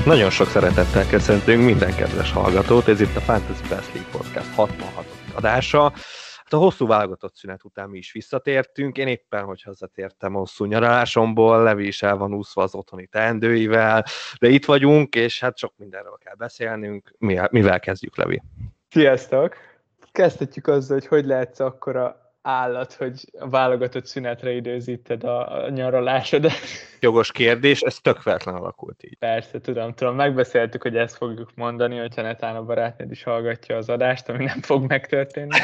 Nagyon sok szeretettel köszöntünk minden kedves hallgatót, ez itt a Fantasy Best League Podcast 66. adása. Hát a hosszú válogatott szünet után mi is visszatértünk, én éppen, hogy hazatértem a hosszú nyaralásomból, Levi is el van úszva az otthoni teendőivel, de itt vagyunk, és hát sok mindenről kell beszélnünk. Mivel kezdjük, Levi? Sziasztok! Kezdhetjük azzal, hogy lehetsz akkora állat, hogy a válogatott szünetre időzíted a nyaralásodat. Jogos kérdés, ez tök véletlen alakult így. Persze, tudom, megbeszéltük, hogy ezt fogjuk mondani, hogyha netán a barátnőd is hallgatja az adást, ami nem fog megtörténni.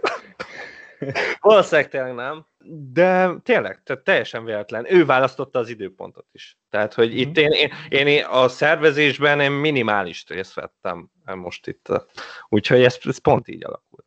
Valószínűleg tényleg nem, de tényleg, tehát teljesen véletlen. Ő választotta az időpontot is. Tehát, hogy itt én a szervezésben én minimális részt vettem most itt. Úgyhogy ez pont így alakult.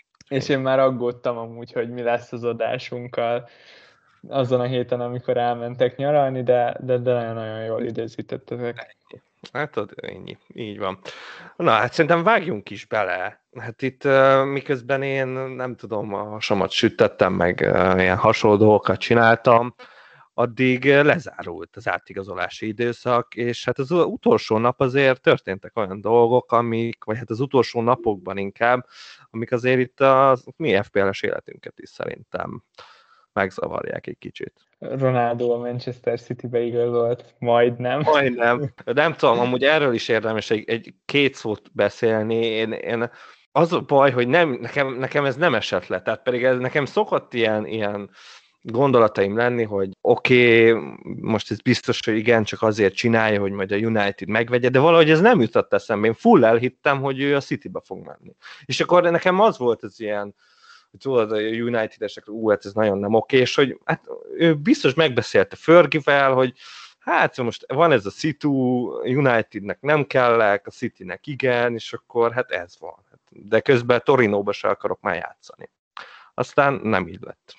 És én már aggódtam amúgy, hogy mi lesz az adásunkkal azon a héten, amikor elmentek nyaralni, de nagyon-nagyon jól időzítettetek. Hát ennyi, így van. Na, hát szerintem vágjunk is bele. Hát itt miközben én nem tudom, a hasamat sütöttem, meg ilyen hasonló dolgokat csináltam, addig lezárult az átigazolási időszak, és hát az utolsó nap azért történtek olyan dolgok, vagy hát az utolsó napokban inkább, amik azért itt a mi FPL-es életünket is szerintem megzavarják egy kicsit. Ronaldo a Manchester City-be igazolt, majdnem. Majdnem. Nem tudom, amúgy erről is érdemes két szót beszélni. Én az a baj, hogy nekem ez nem esett le, tehát pedig ez nekem szokott ilyen gondolataim lenni, hogy oké, most ez biztos, hogy igen, csak azért csinálja, hogy majd a United megvegye, de valahogy ez nem jutott eszembe. Én full elhittem, hogy ő a Citybe fog menni. És akkor nekem az volt az ilyen, hogy tudod, a United-esek, hát ez nagyon nem oké, és hogy hát ő biztos megbeszélte Fergie-vel, hogy hát most van ez a City, Unitednek nem kellek, a Citynek igen, és akkor hát ez van. De közben Torinóba se akarok már játszani. Aztán nem így lett.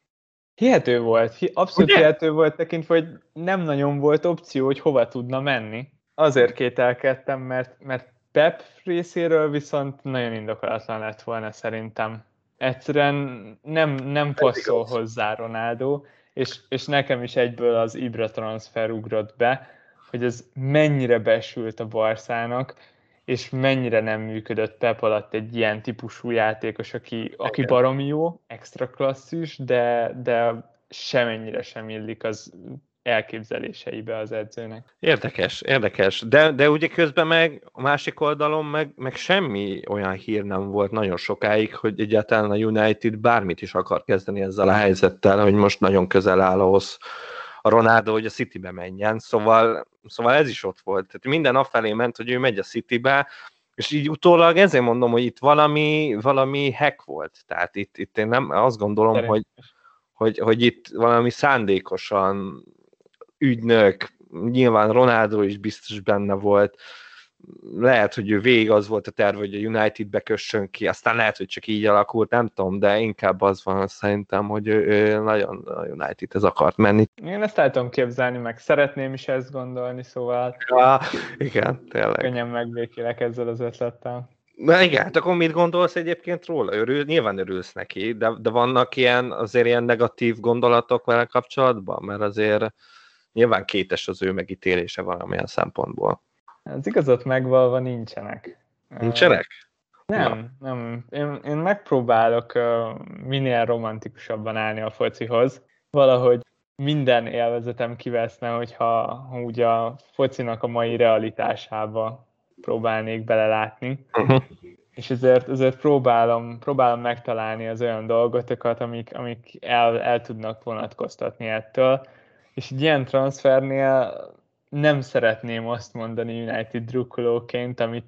Hihető volt, abszolút ugye? Hihető volt tekintve, hogy nem nagyon volt opció, hogy hova tudna menni. Azért kételkedtem, mert Pep részéről viszont nagyon indokolatlan lett volna szerintem. Egyszerűen nem passzol hozzá Ronaldo, és nekem is egyből az Ibra transfer ugrott be, hogy ez mennyire besült a Barszának, és mennyire nem működött Pep alatt egy ilyen típusú játékos, aki baromi jó, extra klasszis, de semennyire sem illik az elképzeléseibe az edzőnek. Érdekes. De ugye közben meg a másik oldalon meg semmi olyan hír nem volt nagyon sokáig, hogy egyáltalán a United bármit is akar kezdeni ezzel a helyzettel, hogy most nagyon közel áll ahhoz a Ronaldo, hogy a Citybe menjen, szóval ez is ott volt. Tehát minden afelé ment, hogy ő megy a Citybe, és így utólag ezért mondom, hogy itt valami hack volt. Tehát itt én nem azt gondolom, hogy itt valami szándékosan ügynök, nyilván Ronaldo is biztos benne volt, lehet, hogy ő végig az volt a terv, hogy a Unitedbe kössön ki, aztán lehet, hogy csak így alakult, nem tudom, de inkább az van szerintem, hogy ő nagyon a Unitedhez akart menni. Én ezt el tudom képzelni, meg szeretném is ezt gondolni, szóval ja, igen, tényleg. Könnyen megbékélek ezzel az ötlettel. Na igen, hát akkor mit gondolsz egyébként róla? Nyilván örülsz neki, de vannak azért ilyen negatív gondolatok vele kapcsolatban? Mert azért nyilván kétes az ő megítélése valamilyen szempontból. Az igazat megvalva nincsenek. Nincsenek? Nem. Én megpróbálok minél romantikusabban állni a focihoz. Valahogy minden élvezetem kiveszne, hogyha úgy a focinak a mai realitásába próbálnék belelátni. Uh-huh. És ezért próbálom megtalálni az olyan dolgokat, amik el tudnak vonatkoztatni ettől. És egy ilyen transfernél nem szeretném azt mondani United drukkolóként, amit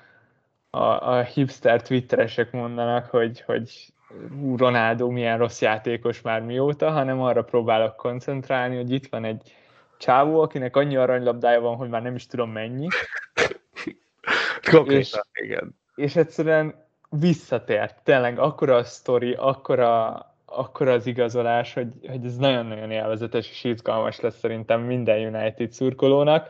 a hipster twitteresek mondanak, hogy Ronaldo milyen rossz játékos már mióta, hanem arra próbálok koncentrálni, hogy itt van egy csávó, akinek annyi aranylabdája van, hogy már nem is tudom mennyi. Konkrétan, igen. És egyszerűen visszatért. Tényleg akkora a sztori, akkora az igazolás, hogy ez nagyon-nagyon élvezetes és izgalmas lesz szerintem minden United szurkolónak.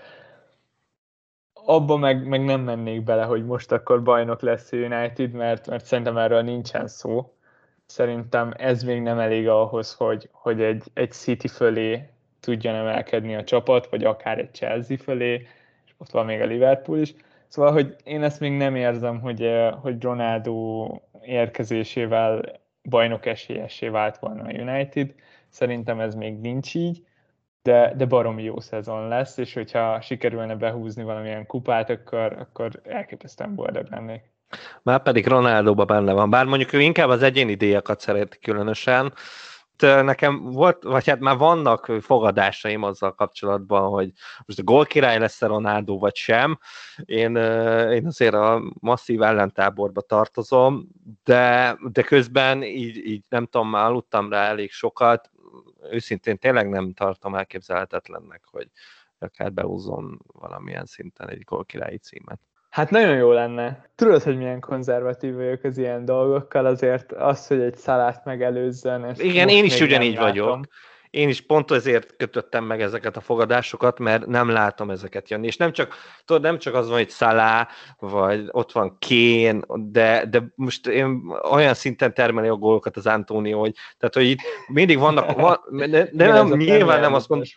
Abba meg nem mennék bele, hogy most akkor bajnok lesz a United, mert szerintem erről nincsen szó. Szerintem ez még nem elég ahhoz, hogy egy City fölé tudjon emelkedni a csapat, vagy akár egy Chelsea fölé, és ott van még a Liverpool is. Szóval, hogy én ezt még nem érzem, hogy Ronaldo érkezésével bajnok esélyessé vált volna a United. Szerintem ez még nincs így, de baromi jó szezon lesz, és hogyha sikerülne behúzni valamilyen kupát, akkor elképesztően boldog lennék. Már pedig Ronaldóban benne van, bár mondjuk ő inkább az egyéni díjakat szereti különösen. Nekem volt, vagy hát már vannak fogadásaim azzal kapcsolatban, hogy most a gólkirály lesz-e Ronaldo vagy sem. Én azért a masszív ellentáborba tartozom, de közben így nem tudom, már aludtam rá elég sokat, őszintén tényleg nem tartom elképzelhetetlennek, hogy akár behúzzon valamilyen szinten egy gólkirályi címet. Hát nagyon jó lenne. Tudod, hogy milyen konzervatív vagyok az ilyen dolgokkal, azért az, hogy egy Salát megelőzzön. Igen, én is ugyanígy vagyok. Én is pont azért kötöttem meg ezeket a fogadásokat, mert nem látom ezeket jönni. És nem csak az van, hogy Salah, vagy ott van Kane, de most én olyan szinten termeli a gólokat az Antonio, hogy, tehát, hogy itt mindig vannak, nyilván nem azt mondom,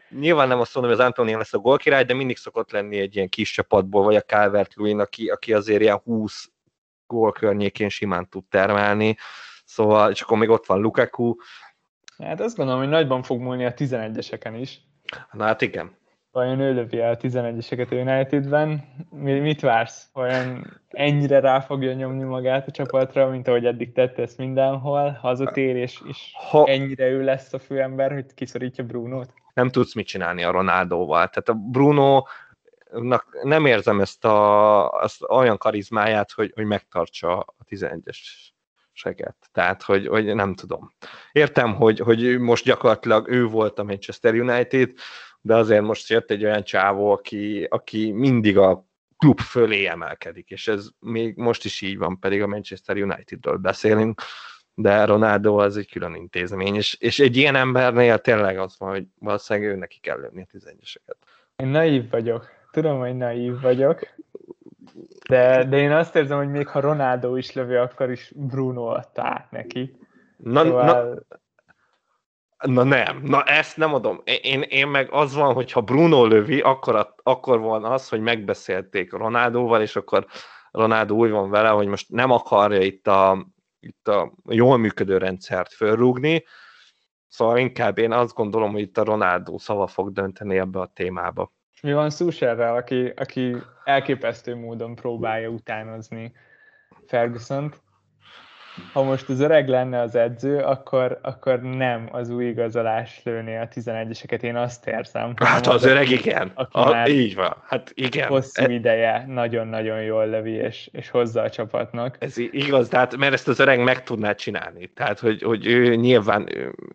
hogy az Antonio lesz a gólkirály, de mindig szokott lenni egy ilyen kis csapatból, vagy a Calvert-Lewin, aki azért ilyen 20 gól környékén simán tud termelni. Szóval, és akkor még ott van Lukaku. Hát azt gondolom, hogy nagyban fog múlni a 11-eseken is. Na hát igen. Vajon ő lövi a 11-eseket a Unitedben? Mit vársz? Vajon ennyire rá fogja nyomni magát a csapatra, mint ahogy eddig tette ezt mindenhol? Hazatér, és ennyire ő lesz a főember, hogy kiszorítja Brunót? Nem tudsz mit csinálni a Ronaldóval. Tehát a Bruno-nak nem érzem ezt olyan karizmáját, hogy megtartsa a 11-es seget. Tehát, hogy nem tudom. Értem, hogy most gyakorlatilag ő volt a Manchester United, de azért most jött egy olyan csávó, aki mindig a klub fölé emelkedik, és ez még most is így van, pedig a Manchester Unitedről beszélünk, de Ronaldo az egy külön intézmény, és egy ilyen embernél tényleg az van, hogy valószínűleg ő neki kell lőni a 11-eseket. Én naív vagyok. Tudom, hogy naív vagyok. De én azt érzem, hogy még ha Ronaldo is lövi, akkor is Bruno adta át neki. Na nem, ezt nem adom. Én meg az van, hogy ha Bruno lövi, akkor van az, hogy megbeszélték Ronaldóval, és akkor Ronaldo úgy van vele, hogy most nem akarja itt a jól működő rendszert fölrúgni, szóval inkább én azt gondolom, hogy itt a Ronaldo szava fog dönteni ebbe a témába. Mi van Solskjaerrel, aki elképesztő módon próbálja utánozni Fergusont? Ha most az öreg lenne az edző, akkor nem az új igazolás lőné a 11-eseket, én azt érzem. Hát az öreg igen, így van. Hát igen. Hosszú ideje nagyon-nagyon jól lövi, és hozza a csapatnak. Ez igaz, tehát, mert ezt az öreg meg tudná csinálni. Tehát, hogy ő nyilván,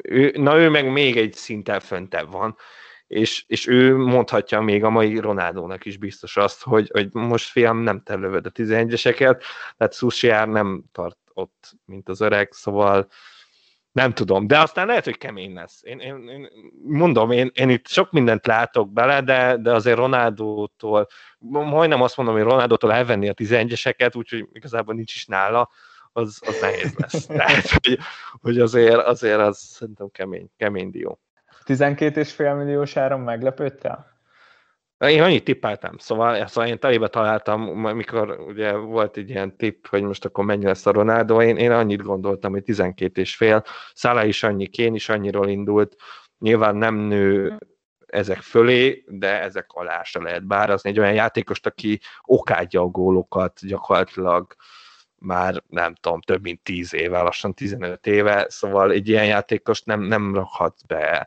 ő meg még egy szinten föntebb van, és ő mondhatja még a mai Ronaldónak is biztos azt, hogy most fiam, nem te lövöd a 11-eseket, tehát Solskjaer nem tart ott, mint az öreg, szóval nem tudom, de aztán lehet, hogy kemény lesz. Én mondom, én itt sok mindent látok bele, de azért Ronaldótól, majdnem azt mondom, hogy Ronaldótól elvenni a 11-eseket, úgyhogy igazából nincs is nála, az nehéz lesz. Tehát, hogy azért az szerintem kemény dió. 12,5 milliós áron meglepődtél? Én annyit tippeltem, szóval én telébe találtam, amikor ugye volt egy ilyen tipp, hogy most akkor mennyi lesz a Ronaldo, én annyit gondoltam, hogy 12,5, Salah is annyi, Kane is annyiról indult, nyilván nem nő ezek fölé, de ezek alá se lehet bárazni. Egy olyan játékost, aki okádja a gólokat gyakorlatilag már nem tudom, több mint 10 éve, lassan 15 éve, szóval egy ilyen játékost nem rakhatsz be.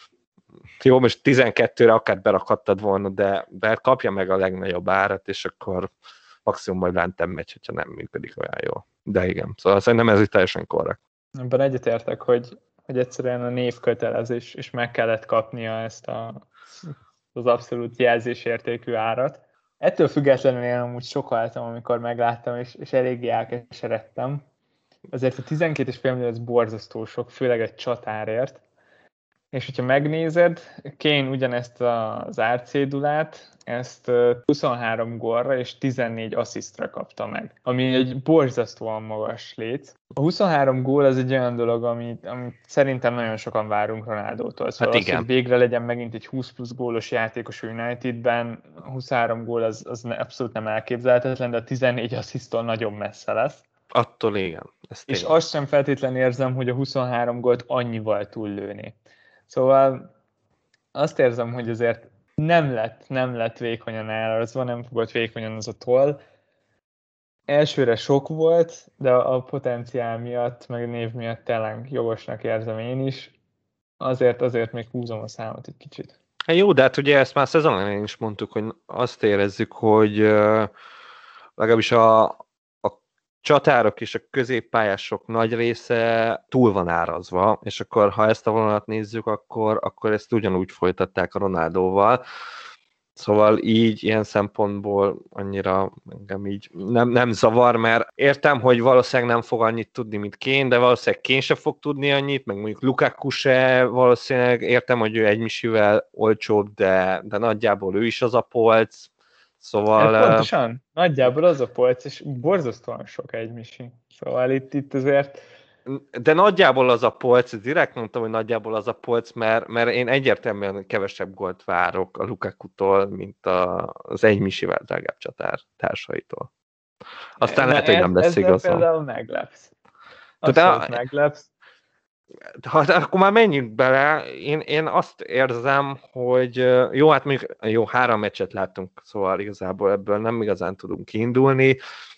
Jó, most 12-re akár berakhattad volna, de kapja meg a legnagyobb árat, és akkor maximum majd rántem megy, hogyha nem működik olyan jól. De igen, szóval szerintem ez itt teljesen korrekt. Ebben egyetértek, hogy egyszerűen a név kötelezés, és meg kellett kapnia ezt az abszolút jelzésértékű árat. Ettől függetlenül én amúgy sokaltam, amikor megláttam, és eléggé elkeseredtem. Azért a 12,5 millió az borzasztó sok, főleg egy csatárért. És hogyha megnézed, Kane ugyanezt az árcédulát, ezt 23 gólra és 14 asszisztra kapta meg, ami egy borzasztóan magas lét. A 23 gól az egy olyan dolog, amit szerintem nagyon sokan várunk Ronaldótól. Szóval Hát az, hogy végre legyen megint egy 20 plusz gólos játékos a Unitedben, 23 gól az abszolút nem elképzelhetetlen, de a 14 asszisztól nagyon messze lesz. Attól igen. És azt sem feltétlenül érzem, hogy a 23 gólt annyival túllőni. Szóval azt érzem, hogy azért nem lett vékonyan árazva, nem fogott vékonyan az a toll. Elsőre sok volt, de a potenciál miatt, meg a név miatt tényleg jogosnak érzem én is. Azért még húzom a számot egy kicsit. Hát jó, de hát ugye ezt már szezon elején is mondtuk, hogy azt érezzük, hogy legalábbis a csatárok és a középpályások nagy része túl van árazva, és akkor ha ezt a vonalat nézzük, akkor ezt ugyanúgy folytatták a Ronaldóval. Szóval így, ilyen szempontból annyira engem így nem zavar, mert értem, hogy valószínűleg nem fog annyit tudni, mint Kane, de valószínűleg Kane se fog tudni annyit, meg mondjuk Lukaku se valószínűleg, értem, hogy ő egy misivel olcsóbb, de nagyjából ő is az a polc. Szóval... Pontosan, nagyjából az a polc, és borzasztóan sok egy misi. Szóval itt azért... De nagyjából az a polc, direkt mondtam, hogy nagyjából az a polc, mert én egyértelműen kevesebb gólt várok a Lukakutól, mint az egy misivel drágább csatár társaitól. Aztán lehet, hogy nem lesz igazam. Ezzel például meglepsz. Azt meglepsz. Akkor már menjünk bele. Én azt érzem, hogy jó, hát mondjuk 3 meccset láttunk, szóval igazából ebből nem igazán tudunk kiindulni,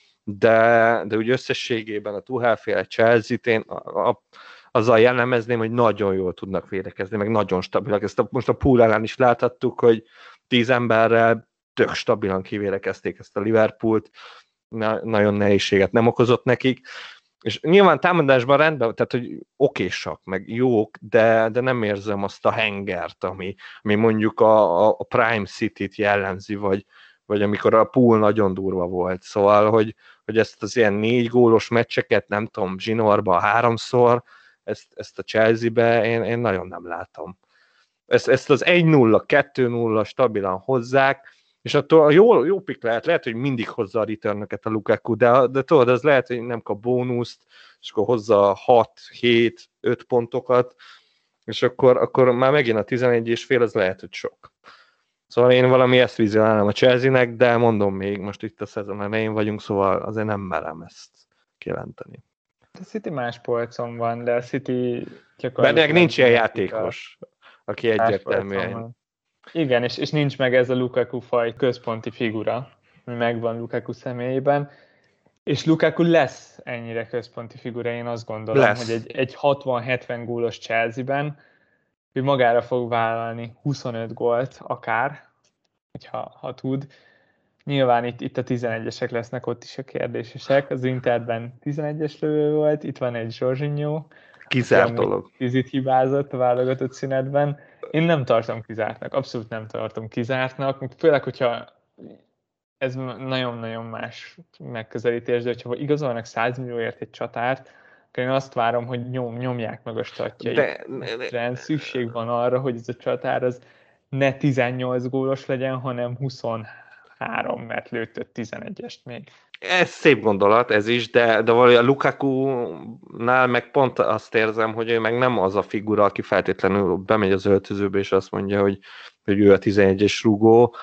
de úgy összességében a Tuchel-féle Chelsea-t én azzal jellemezném, hogy nagyon jól tudnak védekezni, meg nagyon stabilak. Ezt most a Pool ellen is láthattuk, hogy 10 emberrel tök stabilan kivédekezték ezt a Liverpoolt, nagyon nehézséget nem okozott nekik, és nyilván támadásban rendben, tehát hogy okésak, meg jók, de nem érzem azt a hengert, ami mondjuk a Prime City-t jellemzi, vagy amikor a Pool nagyon durva volt. Szóval, hogy ezt az ilyen 4 gólos meccseket, nem tudom, zsinórba 3-szor, ezt a Chelsea-be én nagyon nem látom. Ezt az 1-0, 2-0 stabilan hozzák, és attól jó pick lehet, hogy mindig hozza a returnöket a Lukaku, de tudod, az lehet, hogy nem kap bónuszt, és akkor hozza 6, 7, 5 pontokat, és akkor már megint a 11,5, az lehet, hogy sok. Szóval én valami ezt vizionálom a Chelsea-nek, de mondom még, most itt a szezon elején vagyunk, szóval azért nem merem ezt kijelenteni. A City más polcon van, de a City gyakorlatilag nincs ilyen játékos, aki egyértelműen... Igen, és nincs meg ez a Lukaku faj központi figura, ami megvan Lukaku személyében, és Lukaku lesz ennyire központi figura, én azt gondolom, hogy egy 60-70 gólos Chelsea-ben ő magára fog vállalni 25 gólt akár, ha tud. Nyilván itt a 11-esek lesznek ott is a kérdésesek. Az Interben 11-es lövő volt, itt van egy Jorginho. Kizárt dolog. 10-it hibázott a válogatott szünetben. Én nem tartom kizártnak, abszolút nem tartom kizártnak, főleg, hogyha ez nagyon-nagyon más megközelítés, de hogyha igazolnak 100 millióért egy csatárt, akkor én azt várom, hogy nyomják meg a statjait. De szükség van arra, hogy ez a csatár az ne 18 gólos legyen, hanem 23, mert lőtt 11-est még. Ez szép gondolat, ez is, de valójában a Lukaku-nál meg pont azt érzem, hogy ő meg nem az a figura, aki feltétlenül bemegy az öltözőbe, és azt mondja, hogy ő a 11-es rugó,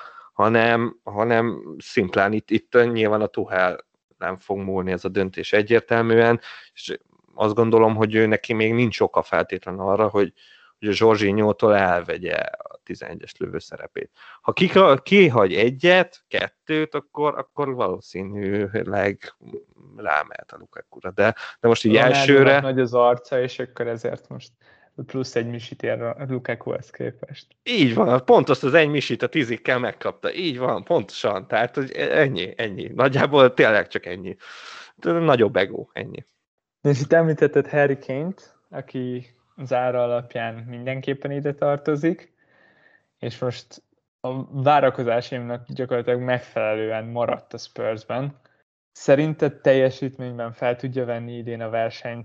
hanem szimplán itt nyilván a Tuchel nem fog múlni ez a döntés egyértelműen, és azt gondolom, hogy ő neki még nincs oka feltétlenül arra, hogy a Jorginho-tól elvegye a 11-es lövő szerepét. Ha kihagy egyet, kettőt, akkor valószínűleg rámehet a Lukaku-ra. De most így elsőre... Nagy az arca, és akkor ezért most plusz egy misit ér a Lukakuhoz képest. Így van, pont azt az egy misit a 10-ikkel megkapta. Így van, pontosan. Tehát, hogy ennyi. Nagyjából tényleg csak ennyi. Nagyobb ego, ennyi. És itt említetted Harry Kane-t, aki az ára alapján mindenképpen ide tartozik, és most a várakozásaimnak gyakorlatilag megfelelően maradt a Spursben. Szerinted teljesítményben fel tudja venni idén a versenyt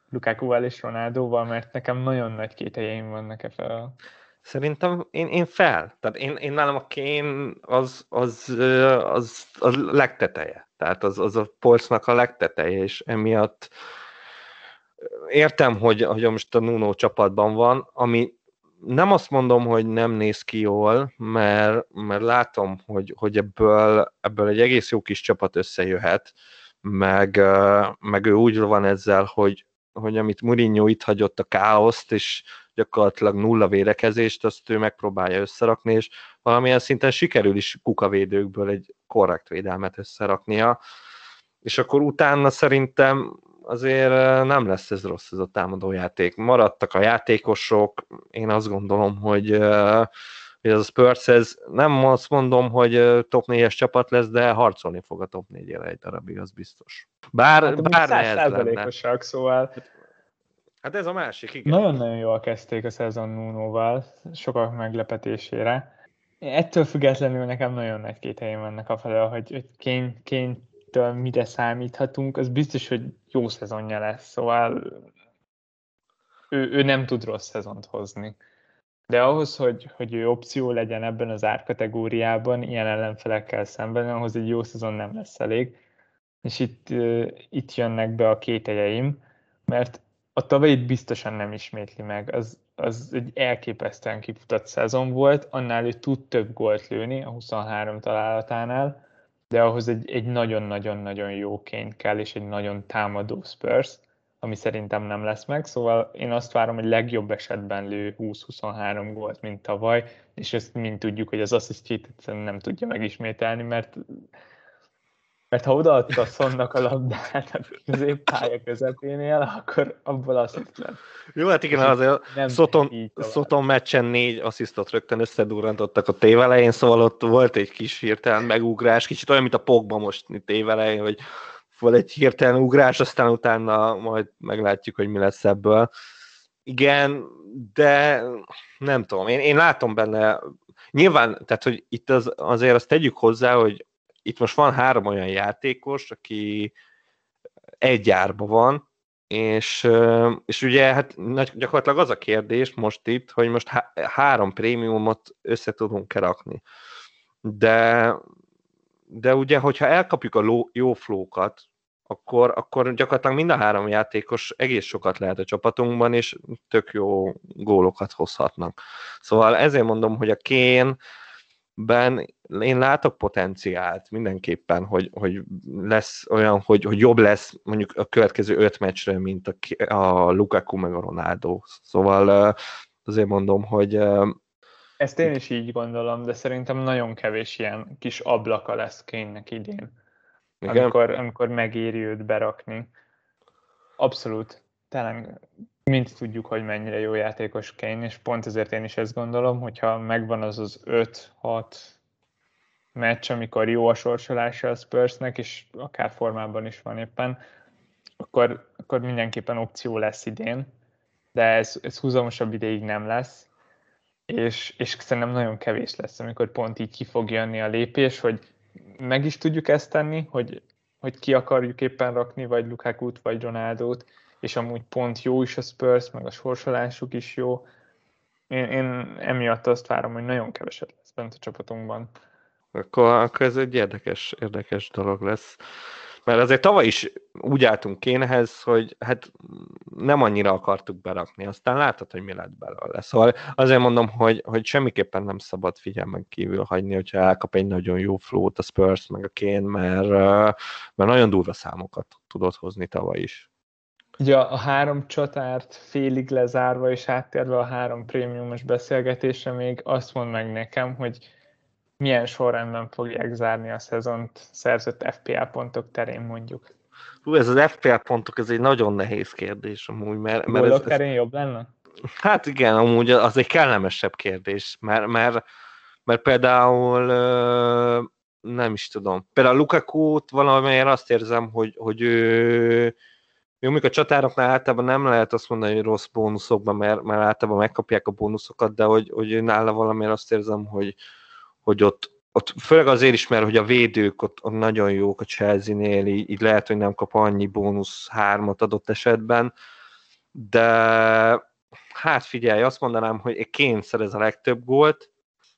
Lukakuval és Ronaldóval, mert nekem nagyon nagy kételjeim vannak e fel. Szerintem én fel. Tehát én nálam a Kane az a legteteje. Tehát az a polcnak a legteteje, és emiatt értem, hogy most a Nuno csapatban van, ami nem azt mondom, hogy nem néz ki jól, mert látom, hogy ebből egy egész jó kis csapat összejöhet, meg ő úgy van ezzel, hogy amit Mourinho itt hagyott a káoszt, és gyakorlatilag nulla védekezést, azt ő megpróbálja összerakni, és valamilyen szinten sikerül is kukavédőkből egy korrekt védelmet összeraknia, és akkor utána szerintem azért nem lesz ez rossz ez a támadójáték. Maradtak a játékosok, én azt gondolom, hogy ez a Spurs, ez nem azt mondom, hogy top 4-es csapat lesz, de harcolni fog a top 4-ére egy darabig, az biztos. Bár nehez lenne. Szóval hát ez a másik, igen. Nagyon-nagyon jól kezdték a szezon Nunoval, sokak meglepetésére. Ettől függetlenül nekem nagyon nagy kételjeim vannak afelől, hogy Kane-től mire számíthatunk, az biztos, hogy jó szezonja lesz, szóval ő nem tud rossz szezont hozni. De ahhoz, hogy ő opció legyen ebben az árkategóriában, ilyen ellenfelekkel szemben, ahhoz egy jó szezon nem lesz elég. És itt jönnek be a kételjeim, mert a tavalyit biztosan nem ismétli meg. Az egy elképesztően kifutott szezon volt, annál ő tud több gólt lőni a 23 találatánál, de ahhoz egy nagyon-nagyon-nagyon jó Kane kell, és egy nagyon támadó Spurs, ami szerintem nem lesz meg, szóval én azt várom, hogy legjobb esetben lő 20-23 gólt, mint tavaly, és ezt mind tudjuk, hogy az asszisztjét egyszerűen nem tudja megismételni, mert ha odaadta Sonnak a labdát a középpálya közepénél, akkor abból azt lett. Jó, hát igen, azért Soton meccsen 4 asszisztot rögtön összedurrantottak a tévelején, szóval ott volt egy kis hirtelen megugrás, kicsit olyan, mint a Pogba most tévelején, hogy volt egy hirtelen ugrás, aztán utána majd meglátjuk, hogy mi lesz ebből. Igen, de nem tudom, én látom benne, nyilván, tehát, hogy itt azért azt tegyük hozzá, hogy itt most van 3 olyan játékos, aki egy árba van, és ugye hát gyakorlatilag az a kérdés most itt, hogy most 3 prémiumot össze tudunk-e rakni. De ugye, hogyha elkapjuk a jó flókat, akkor gyakorlatilag mind a 3 játékos egész sokat lehet a csapatunkban, és tök jó gólokat hozhatnak. Szóval ezért mondom, hogy a Kane-ben én látok potenciált mindenképpen, hogy lesz olyan, hogy jobb lesz mondjuk a következő 5 meccsre, mint a Lukaku meg a Ronaldo. Szóval azért mondom, hogy... Ezt én is így gondolom, de szerintem nagyon kevés ilyen kis ablaka lesz Kane-nek idén, amikor megéri őt berakni. Abszolút. Talán mind tudjuk, hogy mennyire jó játékos Kane, és pont ezért én is ezt gondolom, hogyha megvan az 5-6 meccs, amikor jó a sorsolása a Spursnek, és akár formában is van éppen, akkor mindenképpen opció lesz idén, de ez húzamosabb ideig nem lesz, és szerintem nagyon kevés lesz, amikor pont így ki fog jönni a lépés, hogy meg is tudjuk ezt tenni, hogy ki akarjuk éppen rakni, vagy Lukakut, vagy Ronaldót, és amúgy pont jó is a Spurs, meg a sorsolásuk is jó. Én emiatt azt várom, hogy nagyon keveset lesz bent a csapatunkban. Akkor ez egy érdekes dolog lesz. Mert azért tavaly is úgy álltunk Kanehez, hogy hát nem annyira akartuk berakni, aztán látod, hogy mi lett belőle. Szóval azért mondom, hogy semmiképpen nem szabad figyelmen kívül hagyni, hogyha elkap egy nagyon jó flót a Spurs meg a Kane, mert nagyon durva számokat tudott hozni tavaly is. Ugye a 3 csatárt félig lezárva és áttérve a 3 prémiumos beszélgetésre még azt mondd meg nekem, hogy milyen sorrendben fogják zárni a szezont szerzett FPL pontok terén mondjuk. Ez az FPL pontok, ez egy nagyon nehéz kérdés amúgy, mert Gólok terén jobb lenne? Hát igen, amúgy az egy kellemesebb kérdés, mert például nem is tudom. Például Lukaku-t valamelyest azt érzem, hogy ő mondjuk a csatároknál általában nem lehet azt mondani, hogy rossz bónuszokban, mert általában megkapják a bónuszokat, de hogy nála valamiért azt érzem, hogy ott főleg azért is, mert hogy a védők ott nagyon jók a Chelsea-nél, így lehet, hogy nem kap annyi bónusz 3-at adott esetben, de hát figyelj, azt mondanám, hogy Kane szerez a legtöbb gólt,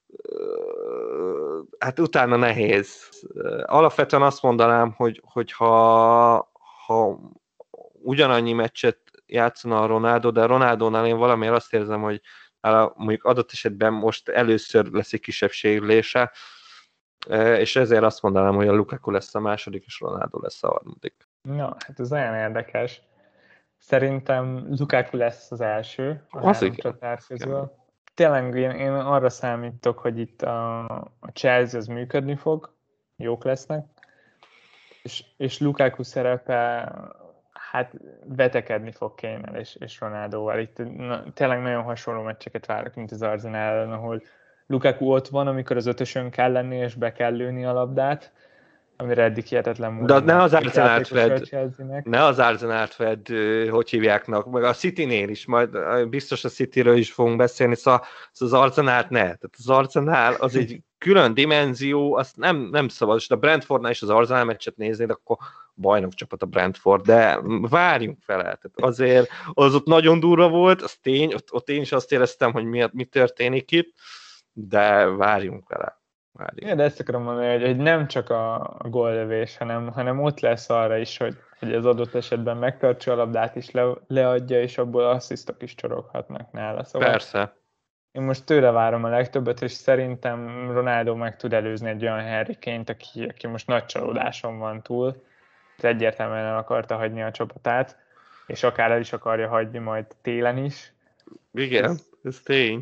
hát utána nehéz. Alapvetően azt mondanám, hogy ha ugyanannyi meccset játszana a Ronaldo, de a Ronaldónál én valamiért azt érzem, hogy mondjuk adott esetben most először lesz egy kisebb sérülése, és ezért azt mondanám, hogy a Lukaku lesz a második, és Ronaldo lesz a harmadik. Na, hát ez olyan érdekes. Szerintem Lukaku lesz az első a Az három igen. csatár közül. Tényleg én arra számítok, hogy itt a Chelsea az működni fog, jók lesznek, és Lukaku szerepe hát vetekedni fog Kane-nel és Ronaldóval. Itt tényleg nagyon hasonló meccseket várok, mint az Arsenal ellen, ahol Lukaku ott van, amikor az ötösön kell lenni, és be kell lőni a labdát, amire eddig hihetetlen módon. De ne az Arsenalt fed, hogy hívjáknak, meg a Citynél is, majd biztos a Cityről is fogunk beszélni, szóval az Arsenalt ne. Tehát az Arsenal az egy külön dimenzió, azt nem szabad, és a Brentfordnál is az Arsenal meccset néznéd, akkor bajnok csapat a Brentford, de várjunk fel. Tehát azért az ott nagyon durva volt, az tény, ott én is azt éreztem, hogy mi történik itt, de várjunk vele. Ja, de ezt akarom mondani, hogy nem csak a góllövés, hanem ott lesz arra is, hogy az adott esetben megtartsa a labdát is, leadja, és abból asszisztok is csoroghatnak nála. Szóval persze. Én most tőle várom a legtöbbet, és szerintem Ronaldo meg tud előzni egy olyan Harry Kane-t, aki most nagy csalódáson van túl. Egyértelműen el akarta hagyni a csapatát, és akár el is akarja hagyni majd télen is. Igen, ez tény.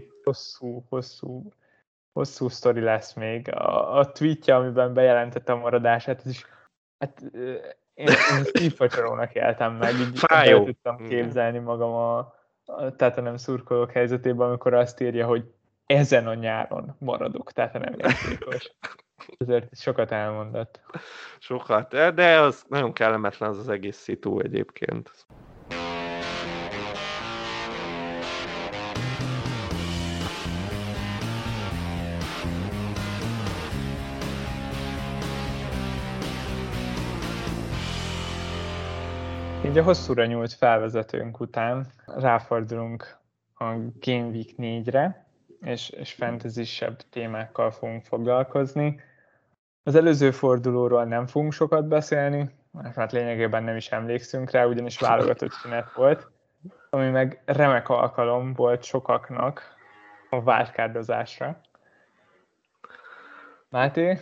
Hosszú sztori lesz még. A tweetje, amiben bejelentette a maradását, ez is, hát én szívfacsarónak éltem meg, így el tudtam képzelni magam a Tottenham szurkolók helyzetében, amikor azt írja, hogy ezen a nyáron maradok Tottenham játékos. Ezért sokat elmondott. Sokat, de az nagyon kellemetlen az egész szitu egyébként. Így a hosszúra nyúlt felvezetőnk után ráfordulunk a Game Week 4-re, és fantasy-sebb témákkal fogunk foglalkozni. Az előző fordulóról nem fogunk sokat beszélni, mert lényegében nem is emlékszünk rá, ugyanis válogatott szünet volt, ami meg remek alkalom volt sokaknak a wildcardozásra. Máté?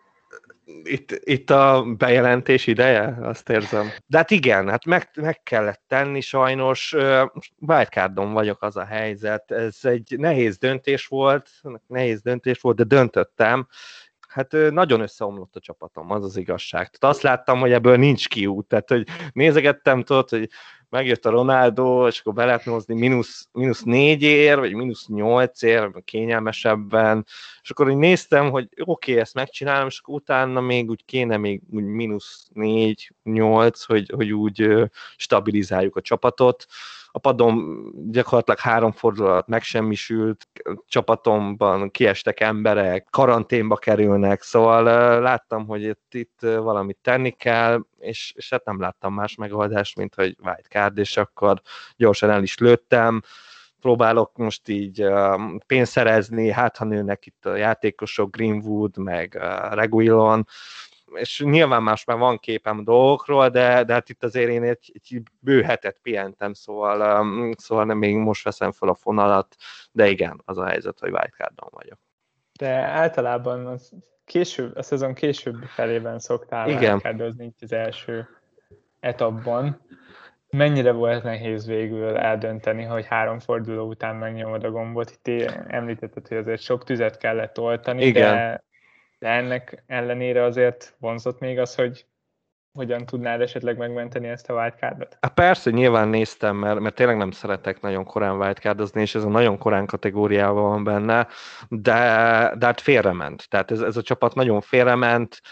Itt a bejelentés ideje, azt érzem. De hát igen, hát meg kellett tenni sajnos. Wildcardon vagyok, az a helyzet. Ez egy nehéz döntés volt, de döntöttem. Hát nagyon összeomlott a csapatom, az az igazság. Tehát azt láttam, hogy ebből nincs kiút. Tehát, hogy nézegettem, tudod, hogy megjött a Ronaldo, és akkor be lehetne hozni mínusz 4-ért, vagy mínusz 8-ért, kényelmesebben, és akkor így néztem, hogy oké, ezt megcsinálom, és akkor utána még úgy kéne még úgy mínusz 4-8, hogy úgy stabilizáljuk a csapatot. A padom gyakorlatilag 3 fordulat alatt megsemmisült, csapatomban kiestek emberek, karanténba kerülnek, szóval láttam, hogy itt valamit tenni kell, és hát nem láttam más megoldást, mint hogy wildcard, és akkor gyorsan el is lőttem. Próbálok most így pénzt szerezni, hát ha nőnek itt a játékosok, Greenwood, meg Reguilon, és nyilván más már van képem a dolgokról, de hát itt azért én egy bő hetet pihentem, szóval nem még most veszem fel a fonalat, de igen, az a helyzet, hogy wildcardon vagyok. De általában a szezon későbbi felében szoktál wildcardozni itt az első etapban. Mennyire volt nehéz végül eldönteni, hogy 3 forduló után megnyomod a gombot? Itt említetted, hogy azért sok tüzet kellett oltani, igen. De ennek ellenére azért vonzott még az, hogy hogyan tudnád esetleg megmenteni ezt a wildcardot? Persze, nyilván néztem, mert tényleg nem szeretek nagyon korán wildcardozni, és ez a nagyon korán kategóriában van benne, de hát félrement. Tehát ez a csapat nagyon félrement,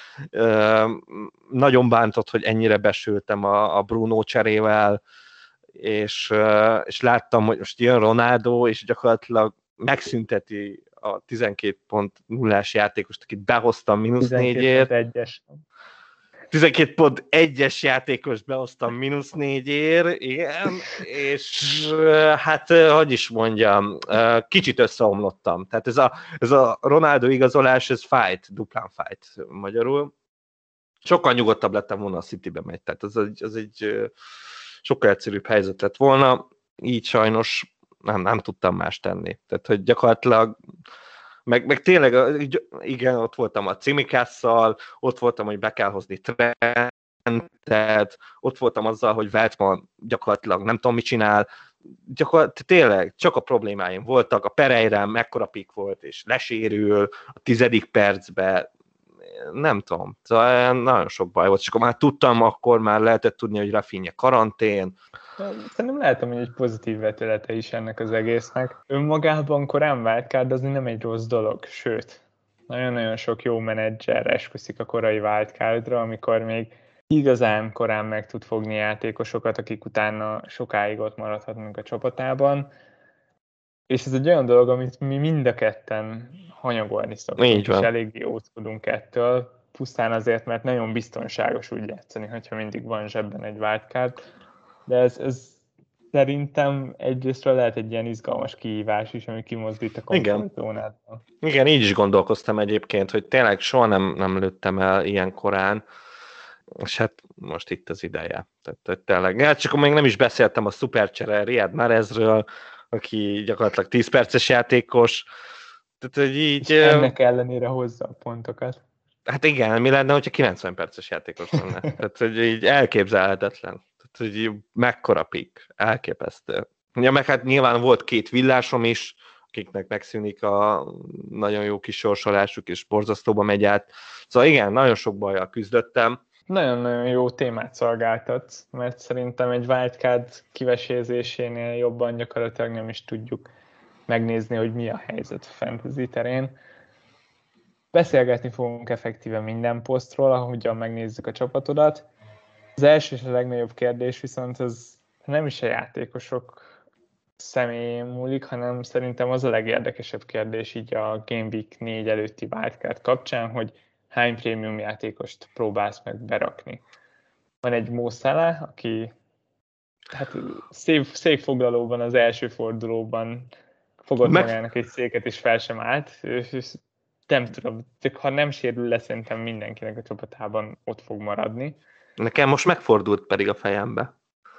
nagyon bántott, hogy ennyire besültem a Bruno cserével, és láttam, hogy most jön Ronaldo, és gyakorlatilag megszünteti a 12.0-ás játékost, akit behoztam mínusz 4-ért. 12.1-es. 12 pont egyes játékos behoztam -4-ért, igen, és hát, hogy is mondjam, kicsit összeomlottam. Tehát ez a Ronaldo igazolás, ez fájt, duplán fájt magyarul. Sokkal nyugodtabb lettem volna, a Citybe megy, tehát az egy sokkal egyszerűbb helyzet lett volna, így sajnos nem tudtam más tenni. Tehát, hogy gyakorlatilag meg tényleg, igen, ott voltam a Cimikásszal, ott voltam, hogy be kell hozni Trentet, ott voltam azzal, hogy Veltman gyakorlatilag nem tudom, mit csinál, gyakorlatilag tényleg csak a problémáim voltak, a Pereirán mekkora pik volt, és lesérül a 10. percben, nem tudom, szóval nagyon sok baj volt, és akkor már tudtam, akkor már lehetett tudni, hogy Rafinha karantén. Szerintem lehet, hogy egy pozitív vetülete is ennek az egésznek. Önmagában korán wildcardozni nem egy rossz dolog, sőt, nagyon-nagyon sok jó menedzser esküszik a korai wildcardra, amikor még igazán korán meg tud fogni játékosokat, akik utána sokáig ott maradhatnak a csapatában. És ez egy olyan dolog, amit mi mind a ketten hanyagolni szoktunk, és eléggé óckodunk ettől, pusztán azért, mert nagyon biztonságos úgy játszani, hogyha mindig van zsebben egy wildcard. De ez szerintem egyrésztről lehet egy ilyen izgalmas kihívás is, ami kimozdít a komfortzónátban. Igen, így is gondolkoztam egyébként, hogy tényleg soha nem lőttem el ilyen korán, és hát most itt az ideje. Tehát tényleg, hát csak még nem is beszéltem a szupercsere Riyad Mahrezről, aki gyakorlatilag 10 perces játékos. Tehát, hogy így, és ennek ellenére hozza a pontokat. Hát igen, mi lenne, hogyha 90 perces játékos lenne? Tehát, hogy így elképzelhetetlen. Tehát, hogy így mekkora pik. Elképesztő. Ja, meg hát nyilván volt 2 villásom is, akiknek megszűnik a nagyon jó kis sorsolásuk, és borzasztóba megy át. Szóval igen, nagyon sok bajjal küzdöttem. Nagyon-nagyon jó témát szolgáltatsz, mert szerintem egy wildcard kivesézésénél jobban gyakorlatilag nem is tudjuk megnézni, hogy mi a helyzet a fantasy terén. Beszélgetni fogunk effektíven minden posztról, ahogyan megnézzük a csapatodat. Az első és a legnagyobb kérdés viszont az nem is a játékosok személyén múlik, hanem szerintem az a legérdekesebb kérdés így a Game Week 4 előtti wildcard kapcsán, hogy hány prémium játékost próbálsz meg berakni. Van egy Mo Salah, aki hát székfoglalóban az első fordulóban fogott magának egy széket, és fel sem állt, és nem tudom, csak ha nem sérül le, szerintem mindenkinek a csapatában ott fog maradni. Nekem most megfordult pedig a fejembe.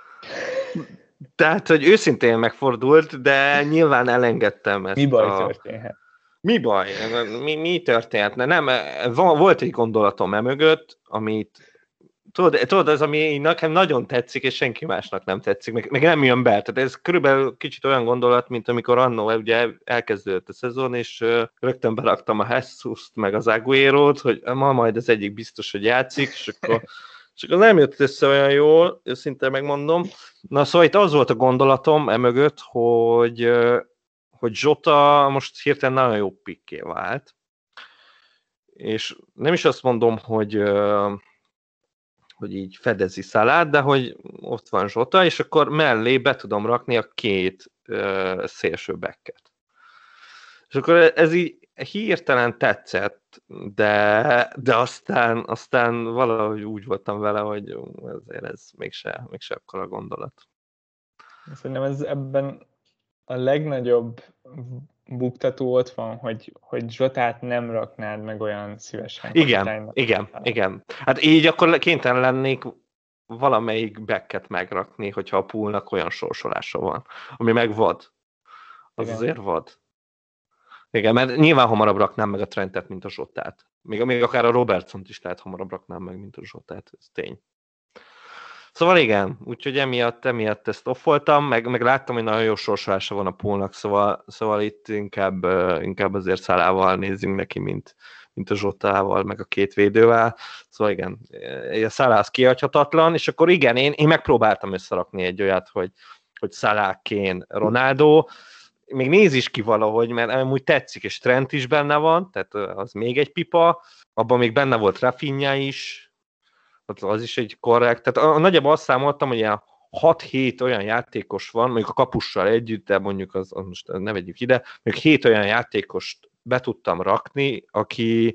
Tehát, hogy őszintén megfordult, de nyilván elengedtem ezt. Mi baj történhet? Mi baj? Mi történt? Nem, volt egy gondolatom emögött, amit tudod, az, ami nekem nagyon tetszik, és senki másnak nem tetszik, meg nem jön be. Tehát ez körülbelül kicsit olyan gondolat, mint amikor annó ugye elkezdődött a szezon, és rögtön beraktam a Jesus-t, meg az Aguero-t, hogy ma majd az egyik biztos, hogy játszik, és akkor nem jött össze olyan jól, őszintén megmondom. Na szóval itt az volt a gondolatom emögött, hogy Jota most hirtelen nagyon jó pikké vált. És nem is azt mondom, hogy így fedezi Salát, de hogy ott van Jota, és akkor mellé be tudom rakni a 2 szélső backet. És akkor ez így hirtelen tetszett, de aztán valahogy úgy voltam vele, hogy azért ez mégse akkora gondolat. Szerintem ez ebben a legnagyobb buktató ott van, hogy Zsotát nem raknád meg olyan szívesen. Igen. Hát így akkor kénytelen lennék valamelyik backet megrakni, hogyha a poolnak olyan sorsolása van, ami meg vad. Az igen. Azért vad. Igen, mert nyilván hamarabb raknám meg a Trentet, mint a Zsotát. Még akár a Robertsont is lehet hamarabb raknám meg, mint a Zsotát, ez tény. Szóval igen, úgyhogy emiatt ezt offoltam, meg láttam, hogy nagyon jó sorsolása van a poolnak, szóval itt inkább azért Salával nézzünk neki, mint a Zsotával, meg a 2 védővel. Szóval igen, a Salah az kihagyhatatlan, és akkor igen, én megpróbáltam összerakni egy olyat, hogy Salah, Kane, Ronaldo, még néz is ki valahogy, mert amúgy tetszik, és Trent is benne van, tehát az még egy pipa, abban még benne volt Rafinha is, az is egy korrekt, tehát nagyjából azt számoltam, hogy ilyen 6-7 olyan játékos van, mondjuk a kapussal együtt, de mondjuk most ne vegyük ide, mondjuk 7 olyan játékost be tudtam rakni, aki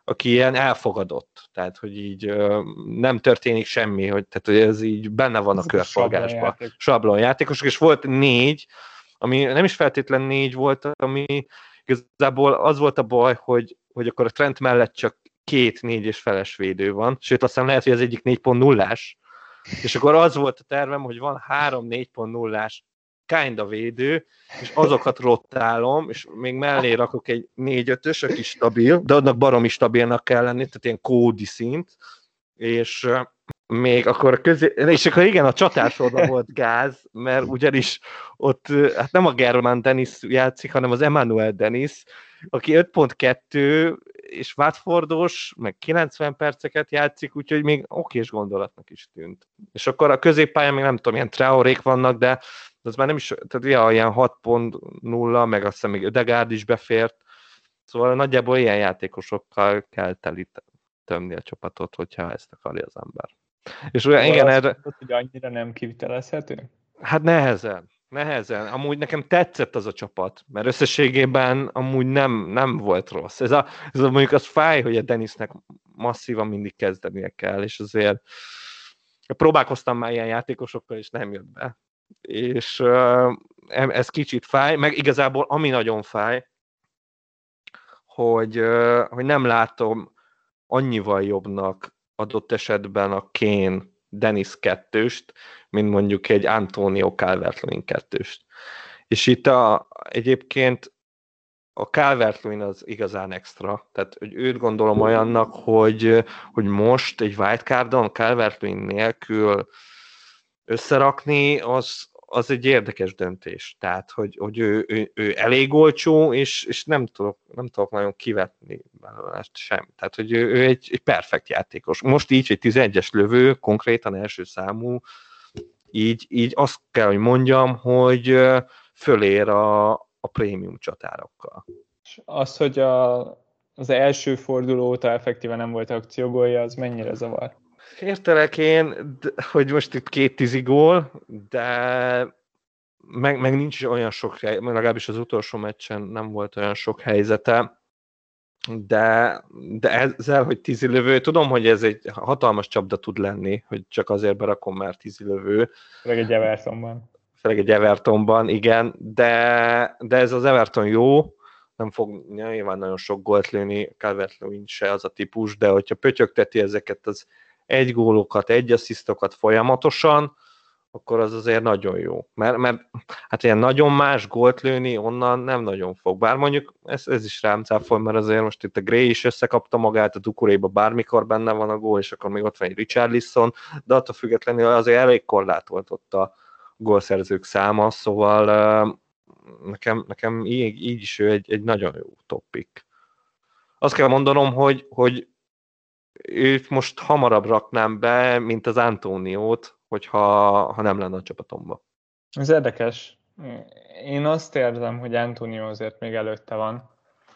aki ilyen elfogadott, tehát hogy így nem történik semmi, tehát hogy ez így benne van a körforgásban. Sablonjátékosok, és volt 4, ami nem is feltétlen 4 volt, ami igazából az volt a baj, hogy akkor a Trent mellett csak 2 4 feles védő van, sőt aztán lehet, hogy az egyik 4.0-ás, és akkor az volt a tervem, hogy van 3 4.0-ás kinda védő, és azokat rotálom, és még mellé rakok egy 4-5-ös, aki stabil, de annak baromi stabilnak kell lenni, tehát ilyen kódi szint, és még akkor és akkor igen, a csatársorban volt gáz, mert ugyanis ott hát nem a German Dennis játszik, hanem az Emmanuel Dennis, aki 5.2 és Watfordos, meg 90 perceket játszik, úgyhogy még okés gondolatnak is tűnt. És akkor a középpályán még nem tudom, ilyen Traorék vannak, de az már nem is, tehát ilyen 6.0, meg azt hiszem még Ödegaard is befért, szóval nagyjából ilyen játékosokkal kell tömni a csapatot, hogyha ezt akarja az ember. És olyan, igen, erre... Mondtad, hogy annyira nem kivitelezhető? Hát nehezen. Amúgy nekem tetszett az a csapat, mert összességében amúgy nem volt rossz. Ez mondjuk az fáj, hogy a Dennisnek masszívan mindig kezdenie kell, és azért próbálkoztam már ilyen játékosokkal, és nem jött be. És ez kicsit fáj, meg igazából ami nagyon fáj, hogy nem látom annyival jobbnak adott esetben a Kane Dennis 2-st, mint mondjuk egy Antonio Calvert-Lewin 2-st. És itt egyébként a Calvert-Lewin az igazán extra, tehát hogy őt gondolom olyannak, hogy most egy wildcardon Calvert-Lewin nélkül összerakni, az egy érdekes döntés. Tehát, hogy ő elég olcsó, és nem tudok nagyon kivetni belőle sem. Tehát, hogy ő egy perfekt játékos. Most így egy 11-es lövő, konkrétan első számú, így azt kell, hogy mondjam, hogy fölér a prémium csatárokkal. És az, hogy az első forduló óta effektíven nem volt akciógólja, az mennyire zavar? Értelek én, hogy most itt 2 10 gól, de meg nincs olyan sok, legalábbis az utolsó meccsen nem volt olyan sok helyzete, de ezzel, hogy 10 lövő, tudom, hogy ez egy hatalmas csapda tud lenni, hogy csak azért berakom, mert 10 lövő. Főleg egy Evertonban, igen, de ez az Everton jó, nem fog nyilván nagyon sok gólt lőni, Calvert-Lewin se az a típus, de hogyha pötyögteti ezeket az 1 gólokat, 1 asszisztokat folyamatosan, akkor az azért nagyon jó. Mert hát ilyen nagyon más gólt lőni onnan nem nagyon fog. Bár mondjuk ez is rám cáfol, mert azért most itt a Gray is összekapta magát, a Dukuréba bármikor benne van a gól, és akkor még ott van egy Richarlison, de attól függetlenül azért elég korlátolt ott a gólszerzők száma, szóval nekem így is ő egy nagyon jó top pick. Azt kell mondanom, hogy őt most hamarabb raknám be, mint az Antoniót, ha nem lenne a csapatomban. Ez érdekes. Én azt érzem, hogy Antonio azért még előtte van.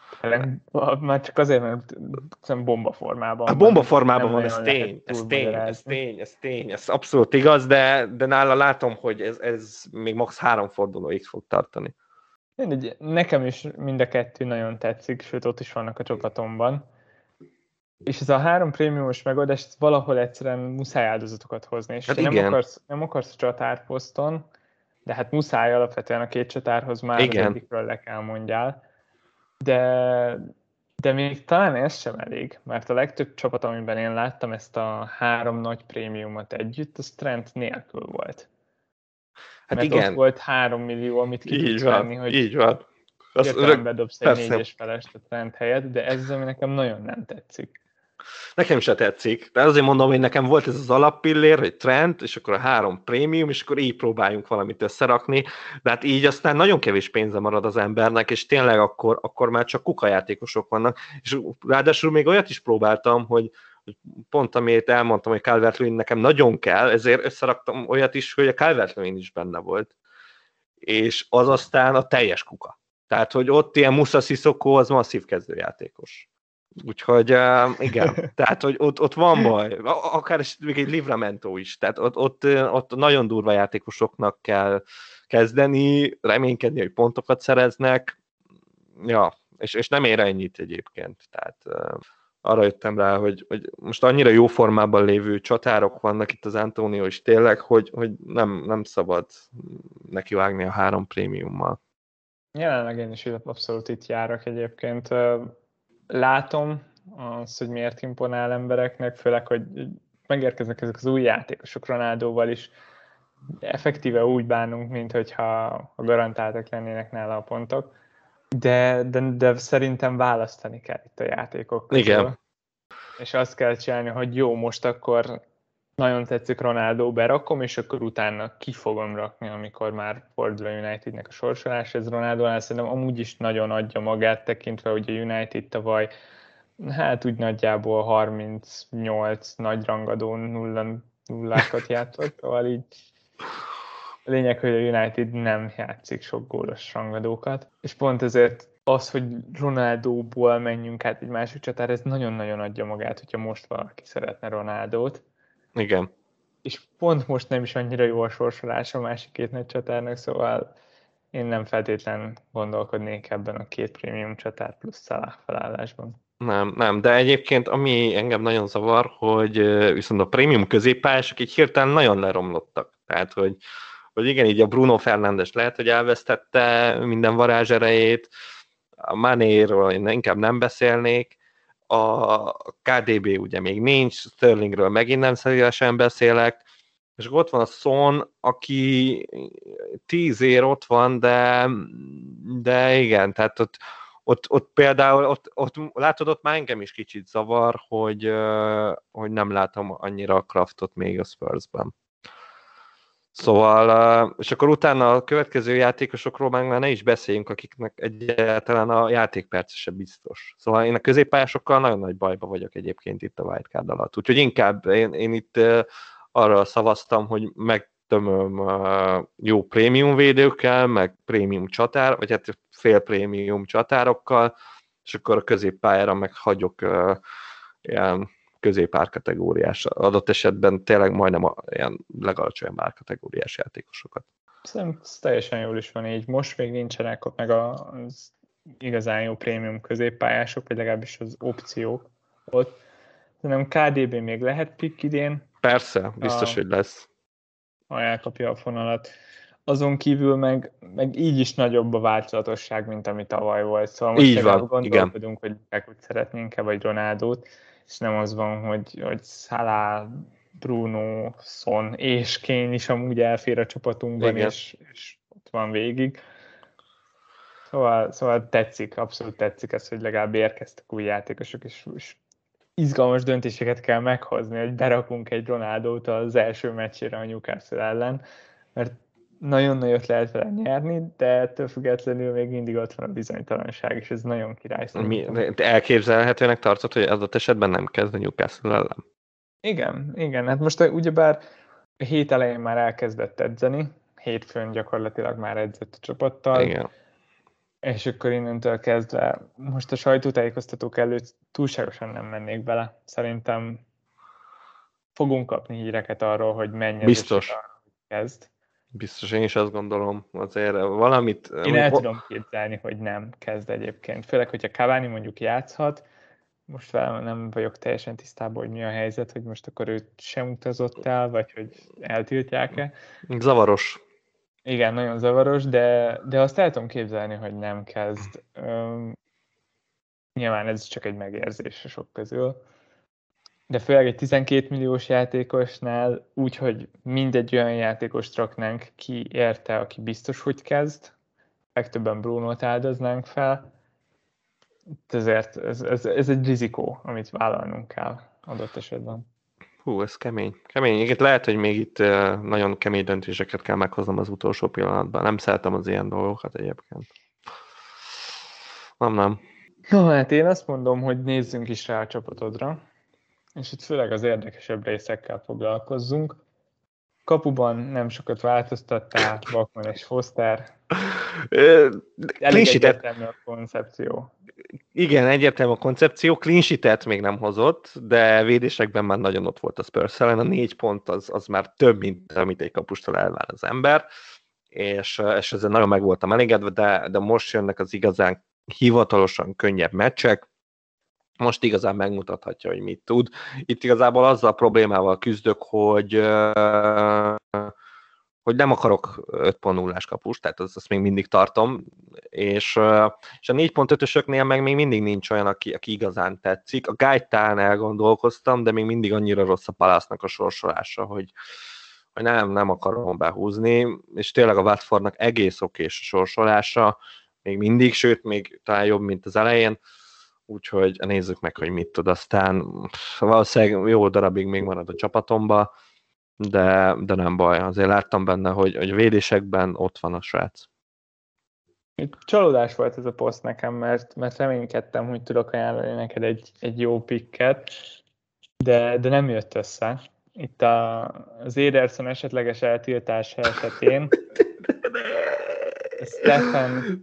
Már csak azért, mert bombaformában van. A bombaformában van, ez tény, ez abszolút igaz, de nála látom, hogy ez még max 3 fordulóig fog tartani. Nekem is mind a 2 nagyon tetszik, sőt ott is vannak a csapatomban. És ez a 3 prémiumos megoldás, valahol egyszerűen muszáj áldozatokat hozni. És hát nem akarsz a csatárposzton, de hát muszáj alapvetően a 2 csatárhoz már az egyikről le kell mondjál. De még talán ez sem elég, mert a legtöbb csapat, amiben én láttam ezt a 3 nagy prémiumot együtt, az Trent nélkül volt. Hát mert igen. Ott volt 3 millió, amit ki tudsz venni, hogy így van. Hirtelen bedobsz egy 4-es felest a Trent helyett, de ez ami nekem nagyon nem tetszik. Nekem se tetszik, de azért mondom, hogy nekem volt ez az alappillér, hogy Trent, és akkor a 3 prémium, és akkor így próbáljunk valamit összerakni, de hát így aztán nagyon kevés pénze marad az embernek, és tényleg akkor már csak kukajátékosok vannak, és ráadásul még olyat is próbáltam, hogy pont amit elmondtam, hogy Calvert-Lewin nekem nagyon kell, ezért összeraktam olyat is, hogy a Calvert-Lewin is benne volt, és az aztán a teljes kuka. Tehát, hogy ott ilyen Musa Sissoko az masszív kezdőjátékos. Úgyhogy igen, tehát hogy ott van baj, akár még egy Livramento is, tehát ott nagyon durva játékosoknak kell kezdeni, reménykedni, hogy pontokat szereznek, ja, és nem ér ennyit egyébként, tehát arra jöttem rá, hogy most annyira jó formában lévő csatárok vannak itt az Antonio is tényleg, hogy nem szabad nekivágni a 3 prémiummal. Jelenleg én is abszolút itt járok egyébként. Látom azt, hogy miért imponál embereknek, főleg, hogy megérkeznek ezek az új játékosok Ronaldóval is. Effektíve úgy bánunk, mint hogyha garantáltak lennének nála a pontok. De szerintem választani kell itt a játékok közül. Igen. És azt kell csinálni, hogy jó, most akkor nagyon tetszik Ronaldo, berakom, és akkor utána ki fogom rakni, amikor már fordul a Unitednek a sorsolás. Ez Ronaldónál szerintem amúgy is nagyon adja magát, tekintve, hogy a United tavaly hát úgy nagyjából 38 nagy rangadó nullákat játszott, szóval így a lényeg, hogy a United nem játszik sok gólos rangadókat, és pont ezért az, hogy Ronaldóból menjünk át egy másik csatára, ez nagyon-nagyon adja magát, hogyha most valaki szeretne Ronaldót. Igen. És pont most nem is annyira jó a sorsolás a másik két nagy csatárnak, szóval én nem feltétlen gondolkodnék ebben a 2 prémium csatár plusz Salah felállásban. Nem, de egyébként ami engem nagyon zavar, hogy viszont a prémium középpályások így hirtelen nagyon leromlottak. Tehát, hogy igen, így a Bruno Fernandes lehet, hogy elvesztette minden varázserejét, a Manéről én inkább nem beszélnék, a KDB ugye még nincs, Sterlingről megint nem szívesen beszélek, és ott van a Son, aki 10 ér ott van, de igen, tehát ott például, ott látod, ott már engem is kicsit zavar, hogy nem látom annyira a Kraftot még a Spursben. Szóval, és akkor utána a következő játékosokról már ne is beszéljünk, akiknek egyáltalán a játékperce sem biztos. Szóval én a középpályásokkal nagyon nagy bajba vagyok egyébként itt a wildcard alatt. Úgyhogy inkább én itt arra szavaztam, hogy megtömöm jó prémium védőkkel, meg prémium csatár, vagy hát fél prémium csatárokkal, és akkor a középpályára meg hagyok ilyen középárkategóriás, adott esetben tényleg majdnem ilyen legalacsonyabb árkategóriás játékosokat. Szerintem teljesen jól is van így. Most még nincsenek ott meg az igazán jó prémium középpályások, vagy legalábbis az opciók ott. Szerintem KDB még lehet pick idén. Persze, biztos, hogy lesz. Ha elkapja a fonalat. Azon kívül meg így is nagyobb a változatosság, mint ami tavaly volt. Szóval most így van, gondolkodunk, igen, hogy úgy szeretnénk-e, vagy Ronaldót, és nem az van, hogy Salah, Bruno, Son és Kane is amúgy elfér a csapatunkban, és ott van végig. Szóval tetszik, abszolút tetszik ez, hogy legalább érkeztek új játékosok, és izgalmas döntéseket kell meghozni, hogy berakunk egy Ronaldót az első meccsére a Newcastle ellen, mert nagyon nagyot lehet vele nyerni, de ettől függetlenül még mindig ott van a bizonytalanság, és ez nagyon király szerintem. Elképzelhetőnek tartod, hogy adott esetben nem kezd a Newcastle ellen? Igen, hát most ugyebár a hét elején már elkezdett edzeni, hétfőn gyakorlatilag már edzett a csapattal, igen. És akkor innentől kezdve most a sajtótájékoztatók előtt túlságosan nem mennék bele. Szerintem fogunk kapni híreket arról, hogy mennyi biztos. kezd. Biztos, én is azt gondolom, azért valamit... Én el tudom képzelni, hogy nem kezd egyébként. Főleg, hogyha Cavani mondjuk játszhat, most velem nem vagyok teljesen tisztában, hogy mi a helyzet, hogy most akkor őt sem utazott el, vagy hogy eltiltják-e. Zavaros. Igen, nagyon zavaros, de azt el tudom képzelni, hogy nem kezd. Nyilván ez csak egy megérzés sok közül. De főleg egy 12 milliós játékosnál úgy, hogy mindegy olyan játékost raknánk ki érte, aki biztos, hogy kezd. Legtöbben Brunót áldoznánk fel. Ezért ez egy rizikó, amit vállalnunk kell adott esetben. Hú, ez kemény. Itt lehet, hogy még itt nagyon kemény döntéseket kell meghoznom az utolsó pillanatban. Nem szeretem az ilyen dolgokat egyébként. Nem. No, hát én azt mondom, hogy nézzünk is rá a csapatodra, és itt főleg az érdekesebb részekkel foglalkozzunk. Kapuban nem sokat változtattál, Bachmann és Foster. Elég egyértelmű a koncepció. Igen, egyértelmű a koncepció. Clean sheet-et még nem hozott, de védésekben már nagyon ott volt a Spurs ellen. A 4 pont az már több, mint amit egy kapustól elvár az ember, és ezzel nagyon meg voltam elégedve, de most jönnek az igazán hivatalosan könnyebb meccsek. most igazán megmutathatja, hogy mit tud. Itt igazából azzal a problémával küzdök, hogy nem akarok 5.0-ás kapust, tehát azt még mindig tartom, és a 4.5-ösöknél meg még mindig nincs olyan, aki igazán tetszik. A Gaitán elgondolkoztam, de még mindig annyira rossz a Palace-nak a sorsolása, hogy nem akarom behúzni, és tényleg a Watfordnak egész okés a sorsolása, még mindig, sőt, még talán jobb, mint az elején, úgyhogy nézzük meg, hogy mit tud. Aztán valószínűleg jó darabig még marad a csapatomba, de nem baj. Azért láttam benne, hogy a védésekben ott van a srác. Csalódás volt ez a poszt nekem, mert reménykedtem, hogy tudok ajánlani neked egy jó picket, de nem jött össze. Itt az Ederson esetleges eltiltása esetén Stefan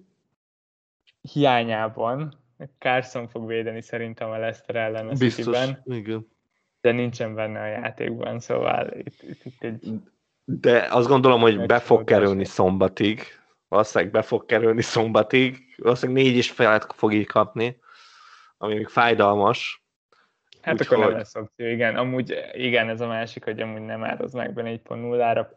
hiányában Carson fog védeni szerintem a Leicester ellen a Cityben. Igen. De nincsen benne a játékban, szóval itt egy... De azt gondolom, hogy be fog kerülni szombatig. Valószínűleg be fog kerülni szombatig. Valószínűleg 4,5 fog így kapni, ami még fájdalmas. Hát akkor nem lesz opció, igen. Amúgy igen, ez a másik, hogy amúgy nem áraznak be 4.0-ra,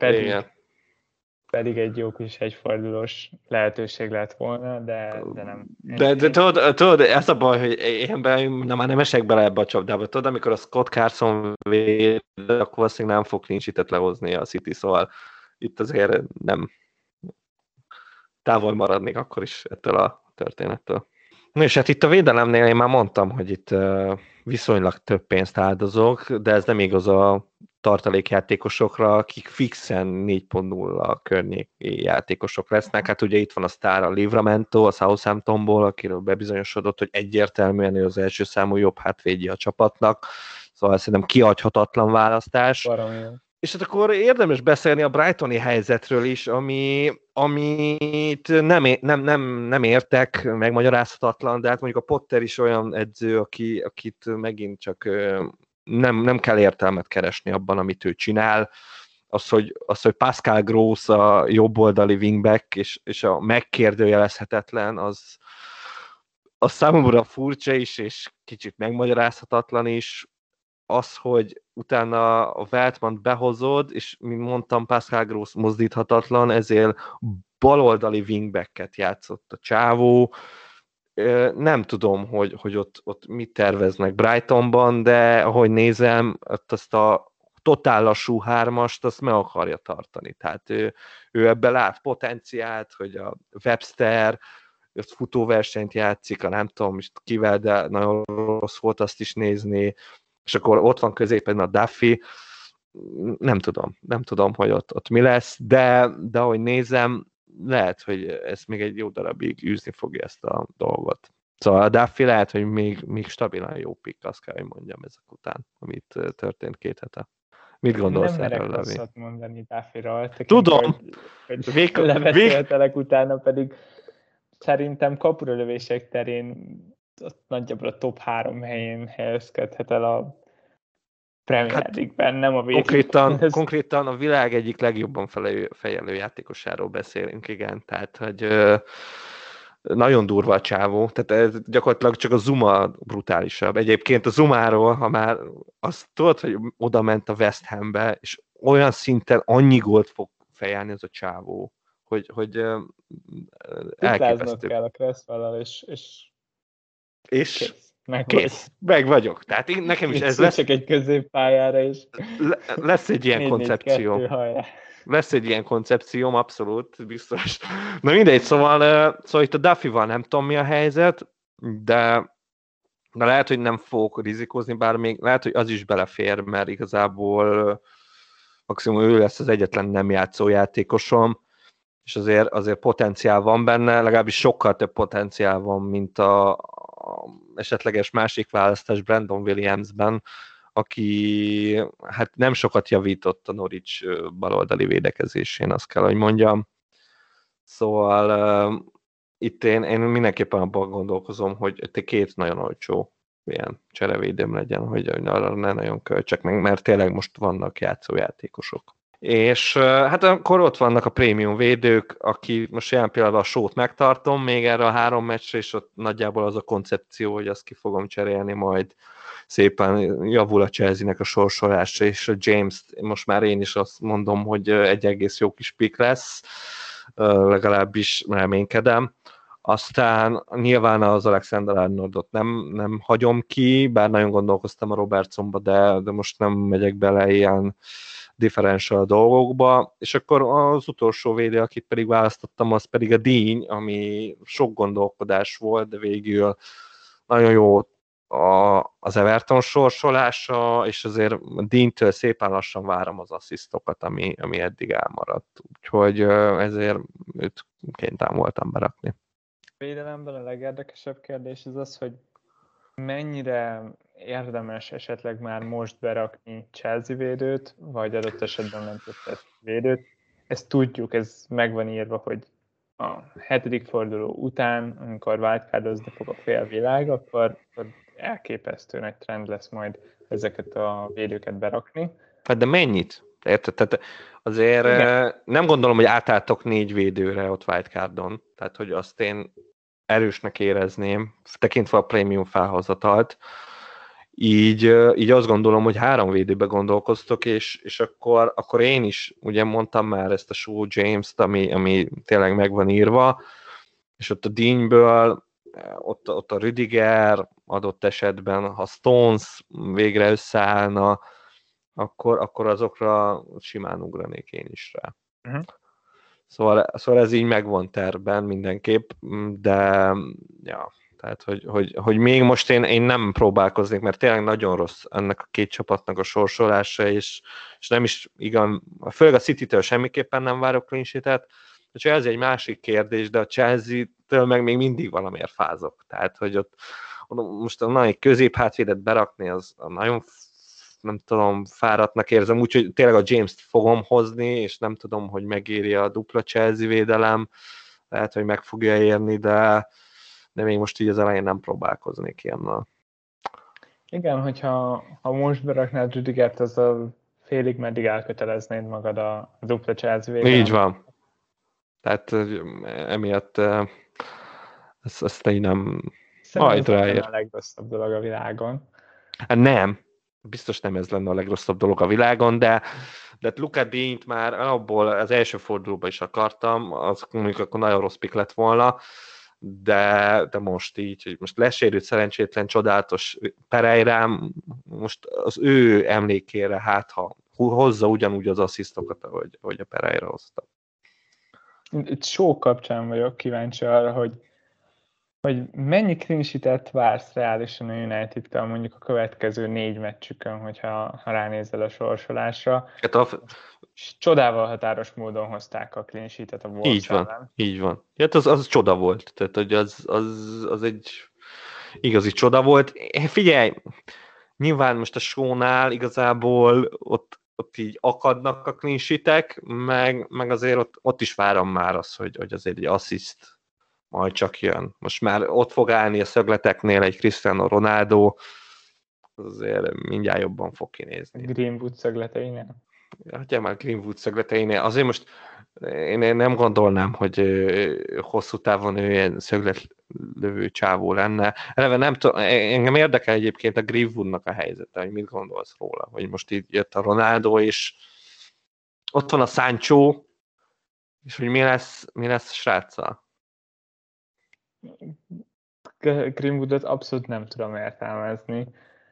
pedig egy jó kis egyfordulós lehetőség lett volna, de nem. De tudod, ez a baj, hogy én már nem esek bele ebbe a csapdába. Tudod, amikor a Scott Carson véd, akkor valószínűleg nem fog clean-sheetet lehozni a City, szóval itt azért nem távol maradnék akkor is ettől a történettől. Na és hát itt a védelemnél én már mondtam, hogy itt viszonylag több pénzt áldozok, de ez nem igaz a tartalékjátékosokra, akik fixen 4.0 környéki játékosok lesznek. Hát ugye itt van a sztár, a Livramento, a Southamptonból, akiről bebizonyosodott, hogy egyértelműen ő az első számú jobb hátvédje a csapatnak. Szóval szerintem kihagyhatatlan választás. Valami. És hát akkor érdemes beszélni a Brightoni helyzetről is, amit nem értek, megmagyarázhatatlan, de hát mondjuk a Potter is olyan edző, akit megint csak nem kell értelmet keresni abban, amit ő csinál. Az, hogy Pascal Gross a jobboldali wingback, és a megkérdőjelezhetetlen, az számomra furcsa is, és kicsit megmagyarázhatatlan is. Az, hogy utána a Veltmant behozod, és mint mondtam, Pascal Gross mozdíthatatlan, ezért baloldali wingbacket játszott a csávó. Nem tudom, hogy ott mit terveznek Brightonban, de ahogy nézem, azt a totál lassú hármast, azt meg akarja tartani. Tehát ő ebben lát potenciált, hogy a Webster ott futóversenyt játszik, nem tudom is kivel, de nagyon rossz volt azt is nézni, és akkor ott van középen a Duffy, nem tudom, hogy ott mi lesz, de ahogy nézem, lehet, hogy ez még egy jó darabig űzni fogja ezt a dolgot. Szóval a Duffy lehet, hogy még stabilan jó pick, azt kell, hogy mondjam ezek után, amit történt 2 hete. Mit gondolsz erről, Levi? Nem merek rosszat mondani Duffyról. Tudom! Hogy lebeszéltelek utána, pedig szerintem kapuralövések terén nagyjából a top 3 helyén helyezkedhet el a Premier League-ben, nem a végén. Konkrétan a világ egyik legjobban fejelő játékosáról beszélünk, igen. Tehát, hogy nagyon durva a csávó. Tehát ez gyakorlatilag csak a Zuma brutálisabb. Egyébként a Zumáról, ha már azt tudod, hogy oda ment a West Hambe, és olyan szinten annyi gólt fog fejelni az a csávó, hogy elképesztő. Kell a Cresswell-el, és kész. Meg vagyok. Tehát nekem is ez lesz. Csak egy középpályára is. Lesz egy ilyen koncepció. Lesz egy ilyen koncepcióm, abszolút, biztos. Na mindegy, szóval itt a Duffy-val nem tudom, mi a helyzet, de lehet, hogy nem fogok rizikózni, bár még lehet, hogy az is belefér, mert igazából maximum ő lesz az egyetlen nem játszó játékosom, és azért potenciál van benne, legalábbis sokkal több potenciál van, mint a esetleges másik választás Brandon Williamsben, aki hát nem sokat javított a Norwich baloldali védekezésén, azt kell, hogy mondjam. Szóval itt én mindenképpen abban gondolkozom, hogy te 2 nagyon olcsó ilyen cserevédőm legyen, hogy arra ne nagyon költsek meg, mert tényleg most vannak játszójátékosok. És hát akkor ott vannak a prémium védők, aki most jelen pillanatban a sót megtartom még erre a 3 meccsre, és ott nagyjából az a koncepció, hogy azt ki fogom cserélni, majd szépen javul a Chelsea-nek a sorsolása, és a James-t most már én is azt mondom, hogy egy egész jó kis pick lesz, legalábbis reménykedem. Aztán nyilván az Alexander Arnoldot nem hagyom ki, bár nagyon gondolkoztam a Robertsonba, de most nem megyek bele ilyen differential dolgokba, és akkor az utolsó védő, akit pedig választottam, az pedig a Díny, ami sok gondolkodás volt, de végül nagyon jó az Everton sorsolása, és azért a Dínytől szépen lassan várom az asszisztokat, ami eddig elmaradt. Úgyhogy ezért őt kénytelen voltam berakni. Védelemben a legérdekesebb kérdés az, hogy mennyire érdemes esetleg már most berakni Chelsea védőt, vagy adott esetben Manchester védőt. Ezt tudjuk, ez meg van írva, hogy a 7. forduló után, amikor wildcardozni fog a félvilág, akkor elképesztő nagy trend lesz majd ezeket a védőket berakni. Hát de mennyit? Érted? Tehát azért nem gondolom, hogy átálltok 4 védőre ott wildcardon. Tehát, hogy azt én erősnek érezném, tekintve a prémium felhozatalt. Így azt gondolom, hogy 3 védőbe gondolkoztok, és akkor én is, ugye mondtam már ezt a Shaw James-t, ami tényleg meg van írva, és ott a Deanből, ott a Rüdiger adott esetben, ha Stones végre összeállna, akkor azokra simán ugranék én is rá. Uh-huh. Szóval ez így megvan tervben mindenképp, de ja, tehát, hogy még most én nem próbálkoznék, mert tényleg nagyon rossz ennek a 2 csapatnak a sorsolása, és nem is igen, főleg a City-től semmiképpen nem várok clean sheet-et, úgyhogy ez egy másik kérdés, de a Chelsea-től meg még mindig valamiért fázok. Tehát, hogy ott most a nagy középhátvédet berakni, az nagyon nem tudom, fáradtnak érzem, úgyhogy tényleg a James-t fogom hozni, és nem tudom, hogy megéri a dupla Chelsea védelem, lehet, hogy meg fogja érni, de még most így az elején nem próbálkoznék ilyennel. Igen, hogyha most beraknád Rüdigert, az a félig meddig elköteleznéd magad a dupla Chelsea védelem. Így van. Tehát emiatt ezt így nem... Szerintem ez lenne a legrosszabb dolog a világon. Hát nem. Biztos nem ez lenne a legrosszabb dolog a világon, de Luka Dínyt már abból az első fordulóban is akartam, az mondjuk akkor nagyon rossz pick lett volna, de most így, hogy most lesérült szerencsétlen, csodálatos Pereirám, most az ő emlékére, hát ha hozza ugyanúgy az asszisztokat, ahogy a Pereira hozta. Itt Shaw kapcsán vagyok kíváncsi arra, hogy mennyi clean sheet-et vársz reálisan a United-től mondjuk a következő 4 meccsükön, hogyha ránézel a sorsolásra. Hát csodával határos módon hozták a clean sheet-et a Wolves ellen. Így van. Hát az csoda volt. Tehát, hogy az egy igazi csoda volt. Figyelj, nyilván most a Shawnál igazából ott így akadnak a clean sheet-ek, meg azért ott is várom már azt, hogy azért egy assziszt majd csak jön. Most már ott fog állni a szögleteknél egy Cristiano Ronaldo, azért mindjárt jobban fog kinézni. Greenwood szögleteinél? Hát már Greenwood szögleteinél. Azért most én nem gondolnám, hogy hosszú távon ő ilyen szögletlövő csávó lenne. Eleve nem engem érdekel egyébként a Greenwoodnak a helyzete, hogy mit gondolsz róla, hogy most így jött a Ronaldo, és ott van a Sancho, és hogy mi lesz a sráccal? Greenwoodot abszolút nem tudom értelmezni.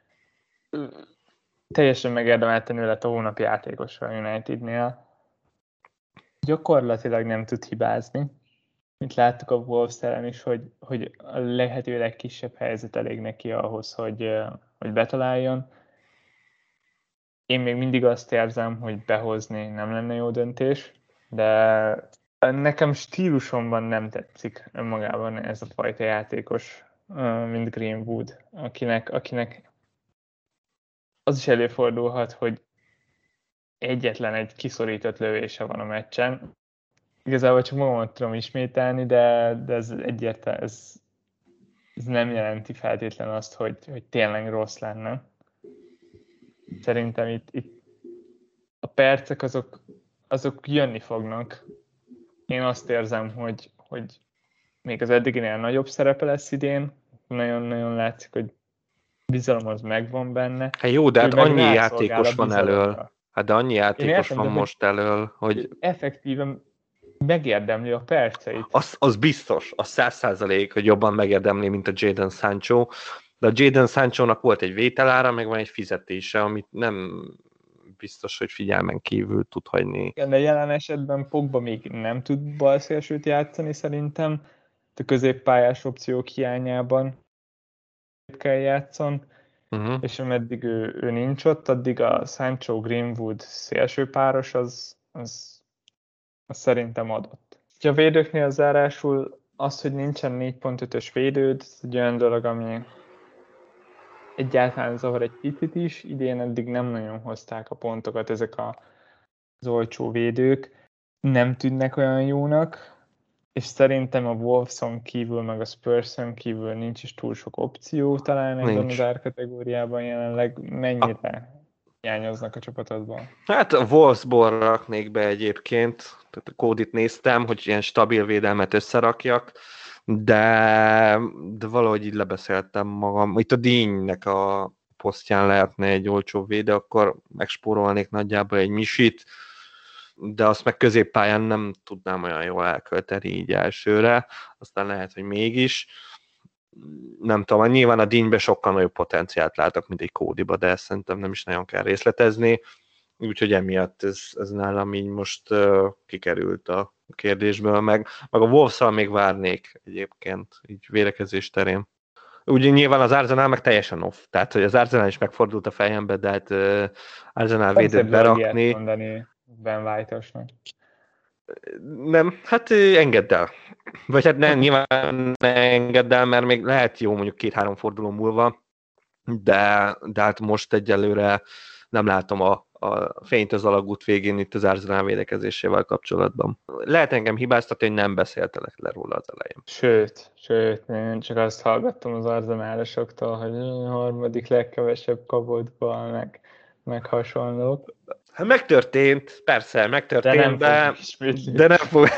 Teljesen megérdemelten ő lett a hónapi játékos a Unitednél. Gyakorlatilag nem tud hibázni. Mint láttuk a Wolves ellen is, hogy a lehető legkisebb helyzet elég neki ahhoz, hogy betaláljon. Én még mindig azt érzem, hogy behozni nem lenne jó döntés, de nekem stílusomban nem tetszik önmagában ez a fajta játékos, mint Greenwood, akinek az is előfordulhat, hogy egyetlen egy kiszorított lövése van a meccsen. Igazából csak magamat tudom ismételni, de ez egyértelmű, ez nem jelenti feltétlenül azt, hogy tényleg rossz lenne. Szerintem itt a percek azok azok jönni fognak. Én azt érzem, hogy még az eddiginél nagyobb szerepe lesz idén. Nagyon-nagyon látszik, hogy bizalom az megvan benne. Hát jó, de Ő hát meg annyi rászolgál a játékos van elől. bizalomra. Hát de annyi Én játékos értem, van de most elől, hogy effektíven megérdemli a perceit. az biztos, az 100%, hogy jobban megérdemli, mint a Jadon Sancho, de a Jadon Sancho-nak volt egy vételára, meg van egy fizetése, amit nem biztos, hogy figyelmen kívül tud hagyni. De jelen esetben Pogba még nem tud balszélsőt játszani szerintem, a középpályás opciók hiányában kell játszon, és ameddig ő nincs ott, addig a Sancho-Greenwood szélső páros az szerintem adott. A védőknél zárásul az, hogy nincsen 4.5-ös védőd, ez egy olyan dolog, ami egyáltalán zavar egy picit is. Idén eddig nem nagyon hozták a pontokat ezek az olcsó védők. Nem tűnnek olyan jónak, és szerintem a Wolveson kívül, meg a Spurson kívül nincs is túl sok opció talán ebben az árkategóriában jelenleg. Mennyire hiányoznak a csapatodban? Hát a Wolfsból raknék be egyébként, tehát a Codit néztem, hogy ilyen stabil védelmet összerakjak, de valahogy így lebeszéltem magam. Itt a Dínynek a posztján lehetne egy olcsó véde, akkor megspórolnék nagyjából egy Misit, de azt meg középpályán nem tudnám olyan jól elkölteni így elsőre, aztán lehet, hogy mégis. Nem tudom, nyilván a Dínybe sokkal nagyobb potenciált látok, mint egy Codyba, de ezt szerintem nem is nagyon kell részletezni, úgyhogy emiatt ez nálam így most kikerült a kérdésből, meg a Wolves-szal még várnék egyébként, így védekezés terén. Ugye nyilván az Arsenal meg teljesen off, tehát hogy az Arsenal is megfordult a fejembe, de hát Arsenal védőt berakni... mondani Ben White-osnak. Nem, hát engedd el. Vagy hát nem, nyilván ne engedd el, mert még lehet jó mondjuk 2-3 forduló múlva, de hát most egyelőre nem látom a fényt az alagút végén itt az Arsenal védekezésével kapcsolatban. Lehet engem hibáztatni, hogy nem beszéltelek le róla az elején. Sőt, én csak azt hallgattam az arzenálosoktól, hogy a harmadik legkevesebb kapott bal, meg hasonlók. Hát megtörtént, persze, megtörtént, de nem fog.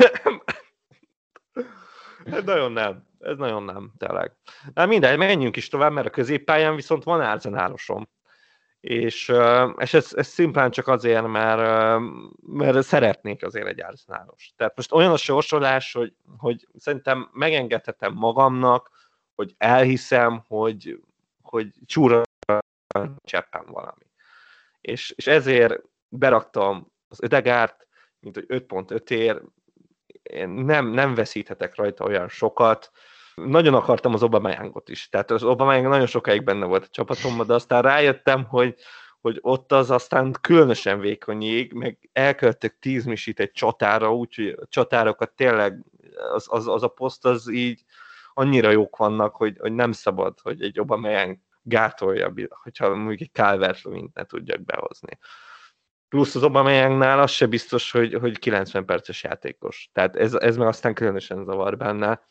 Ez nagyon nem, tényleg. Na mindegy, menjünk is tovább, mert a középpályán viszont van Arsenálosom. És ez szimplán csak azért, mert szeretnék azért egy Arsenálos. Tehát most olyan a sorsolás, hogy szerintem megengedhetem magamnak, hogy elhiszem, hogy csúra cseppen valami. És ezért beraktam az Ödegaardt, mint hogy 5.5 ér, én nem veszíthetek rajta olyan sokat. Nagyon akartam az Aubameyangot is. Tehát az Aubameyang nagyon sokáig benne volt a csapatomban, de aztán rájöttem, hogy ott az aztán különösen vékony jég, meg elköltök 10 misit egy csatára, úgyhogy a csatárokat tényleg az a poszt az így annyira jók vannak, hogy nem szabad, hogy egy Aubameyang gátolja, hogyha mondjuk egy Calvert-Lewint ne tudjak behozni. Plusz az Aubameyangnál az se biztos, hogy 90 perces játékos. Tehát ez meg aztán különösen zavar benne.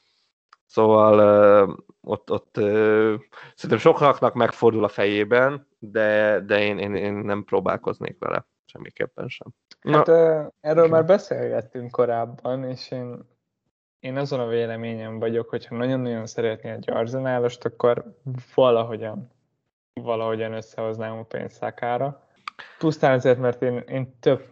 Szóval ott szerintem sokaknak megfordul a fejében, de én nem próbálkoznék vele semmiképpen sem. Hát erről már beszélgettünk korábban, és én azon a véleményem vagyok, hogyha nagyon-nagyon szeretnél egy Arsenálost, akkor valahogyan összehoznám a pénzt Szakára. Pusztán azért, mert én több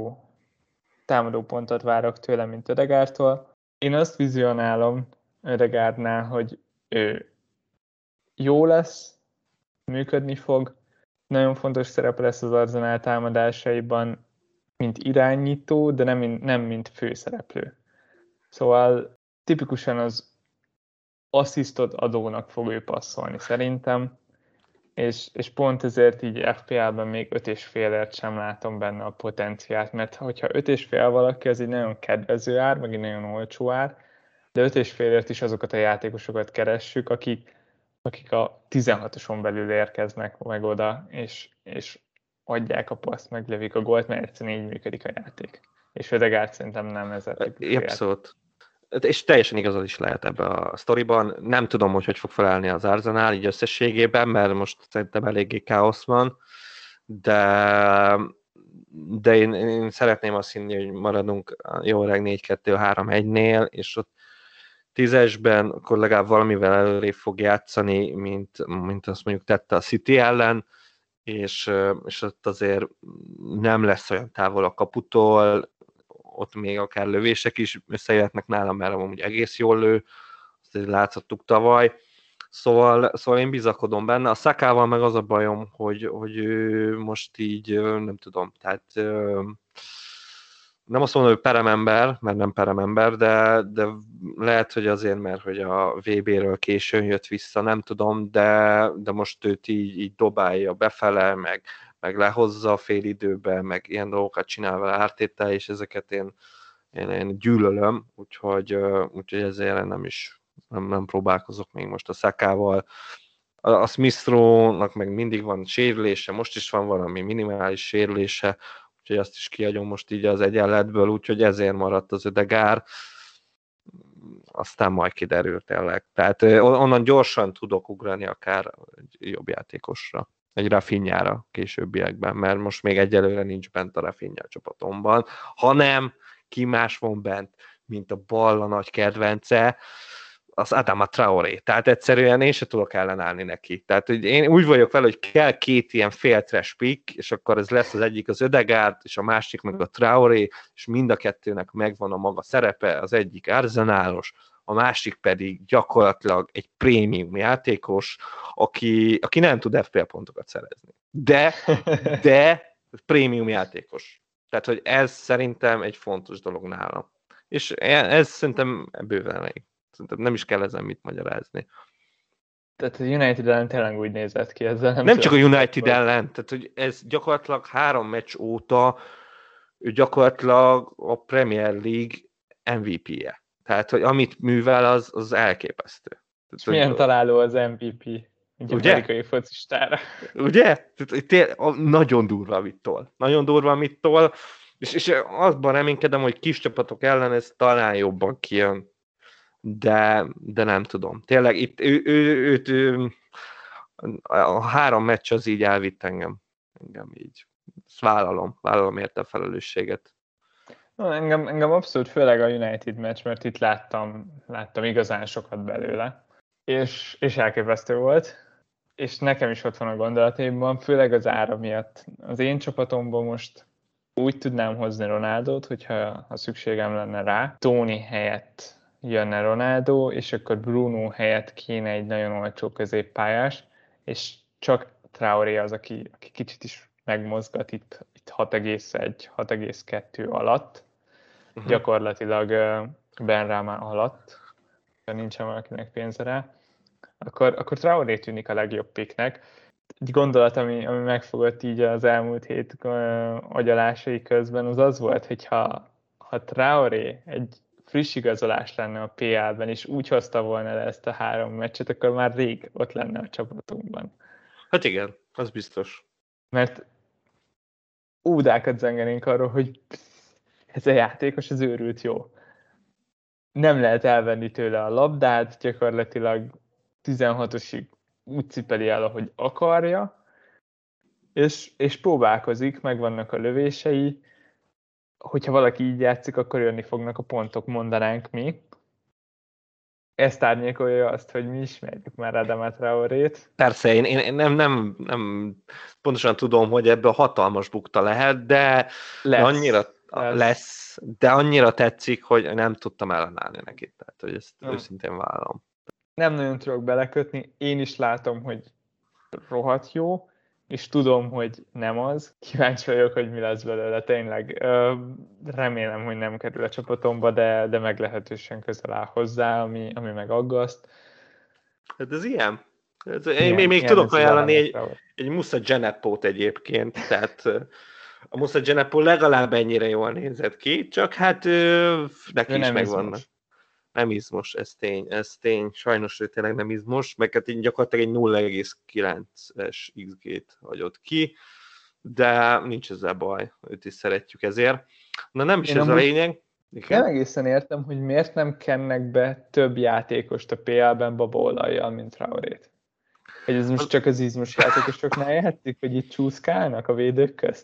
támadó pontot várok tőle, mint Ödegaardtól. Én azt vizionálom Ödegaardnál, hogy ő jó lesz, működni fog, nagyon fontos szerepe lesz az Arsenal támadásaiban, mint irányító, de nem mint főszereplő. Szóval tipikusan az asszisztot adónak fog ő passzolni szerintem, és pont ezért így FPL-ben még 5,5-ért sem látom benne a potenciált, mert hogyha 5,5 valaki, az egy nagyon kedvező ár, meg egy nagyon olcsó ár, de 5,5-ért is azokat a játékosokat keressük, akik a 16-oson belül érkeznek meg oda, és adják a paszt, meglövik a gólt, mert egyszerűen így működik a játék. És Ödegaard szerintem nem ez a típusú abszolút. És teljesen igazad is lehet ebbe a sztoriban. Nem tudom, hogy fog felállni az Arsenal így összességében, mert most szerintem eléggé káosz van, de de én szeretném azt hinni, hogy maradunk jó öreg 4-2-3-1-nél, és ott 10-esben akkor legalább valamivel előrébb fog játszani, mint azt mondjuk tette a City ellen, és ott azért nem lesz olyan távol a kaputól, ott még akár lövések is összejöhetnek nálam, mert amúgy egész jól lő, azt látszottuk tavaly. Szóval én bizakodom benne. A Sakával meg az a bajom, hogy ő most így, nem tudom, tehát nem azt mondom, hogy peremember, mert nem peremember, de lehet, hogy azért, mert hogy a VB-ről későn jött vissza, nem tudom, de most őt így dobálja befele, meg lehozza a félidőbe, meg ilyen dolgokat csinál vele Arteta, és ezeket én gyűlölöm, úgyhogy ezért nem próbálkozok még most a Sakával. A Smith Rowe-nak meg mindig van sérülése, most is van valami minimális sérülése, úgyhogy azt is kiadom most így az egyenletből, úgyhogy ezért maradt az Ödegaard. Aztán majd kiderül tényleg. Tehát onnan gyorsan tudok ugrani akár egy jobb játékosra, egy Rafinhára későbbiekben, mert most még egyelőre nincs bent a Rafinha csapatomban, hanem ki más van bent, mint a Balla nagy kedvence, az Adama Traoré. Tehát egyszerűen én se tudok ellenállni neki. Tehát hogy én úgy vagyok vele, hogy kell két ilyen fél trash pick, és akkor ez lesz az egyik az Ödegaard, és a másik meg a Traoré, és mind a kettőnek megvan a maga szerepe, az egyik arzenálos, a másik pedig gyakorlatilag egy prémium játékos, aki nem tud FPL pontokat szerezni. De prémium játékos. Tehát, hogy ez szerintem egy fontos dolog nálam. És ez szerintem bőven elég. Szerintem nem is kell ezen mit magyarázni. Tehát a United ellen tényleg úgy nézett ki ezzel. Nem csak a United ellen, tehát hogy ez gyakorlatilag 3 meccs óta ő gyakorlatilag a Premier League MVP-je. Tehát, hogy amit művel, az elképesztő. Tehát, milyen találó az MVP egy amerikai focistára. Ugye? Tehát, nagyon durva, amit tol. És azban reménykedem, hogy kis csapatok ellen ez talán jobban kijön. De nem tudom. Tényleg itt őt a 3 meccs az így elvitt engem így. Ezt vállalom érte a felelősséget. Engem abszolút, főleg a United meccs, mert itt láttam igazán sokat belőle, és elképesztő volt, és nekem is ott van a gondolataimban, főleg az ára miatt. Az én csapatomban most úgy tudnám hozni Ronaldót, hogyha szükségem lenne rá. Tony helyett jönne Ronaldo, és akkor Bruno helyett kéne egy nagyon olcsó középpályás, és csak Traoré az, aki kicsit is megmozgat itt 6,1-6,2 alatt, gyakorlatilag Benrahma alatt, ha nincsen valakinek pénze rá, akkor Traoré tűnik a legjobb picknek. Egy gondolat, ami megfogott így az elmúlt hét agyalásai közben, az volt, hogy ha Traoré egy friss igazolás lenne a PL-ben, és úgy hozta volna le ezt a 3 meccset, akkor már rég ott lenne a csapatunkban. Hát igen, az biztos. Mert ódákat zengenénk arról, hogy ez a játékos az őrült jó. Nem lehet elvenni tőle a labdát, gyakorlatilag 16-osig úgy cipeli el, ahogy akarja, és próbálkozik, megvannak a lövései. Hogyha valaki így játszik, akkor jönni fognak a pontok, mondanánk mi. Ezt árnyékolja azt, hogy mi ismerjük már Adama Traorét. Persze, én nem pontosan tudom, hogy ebből hatalmas bukta lehet, de annyira lesz, de annyira tetszik, hogy nem tudtam ellenállni neki. Tehát, hogy ezt őszintén vállalom. Nem nagyon tudok belekötni. Én is látom, hogy rohadt jó, és tudom, hogy nem az. Kíváncsi vagyok, hogy mi lesz belőle. Tényleg remélem, hogy nem kerül a csapatomba, de meglehetősen közel áll hozzá, ami meg aggaszt. Hát ez ilyen. Én még tudok ajánlani egy Musa Genepót egyébként, tehát a Musa Genepó legalább ennyire jól nézett ki, csak hát neki is megvannak. Nem izmos, ez tény. Sajnos ő tényleg nem izmos, meg hát így gyakorlatilag egy 0,9-es XG-t hagyott ki, de nincs ezzel baj, őt is szeretjük ezért. Na nem is ez a lényeg. Nem egészen értem, hogy miért nem kennek be több játékost a PL-ben babaolajjal, mint Traorét. Hogy ez most csak az izmos játékosoknál játszik, hogy itt csúszkálnak a védők közt?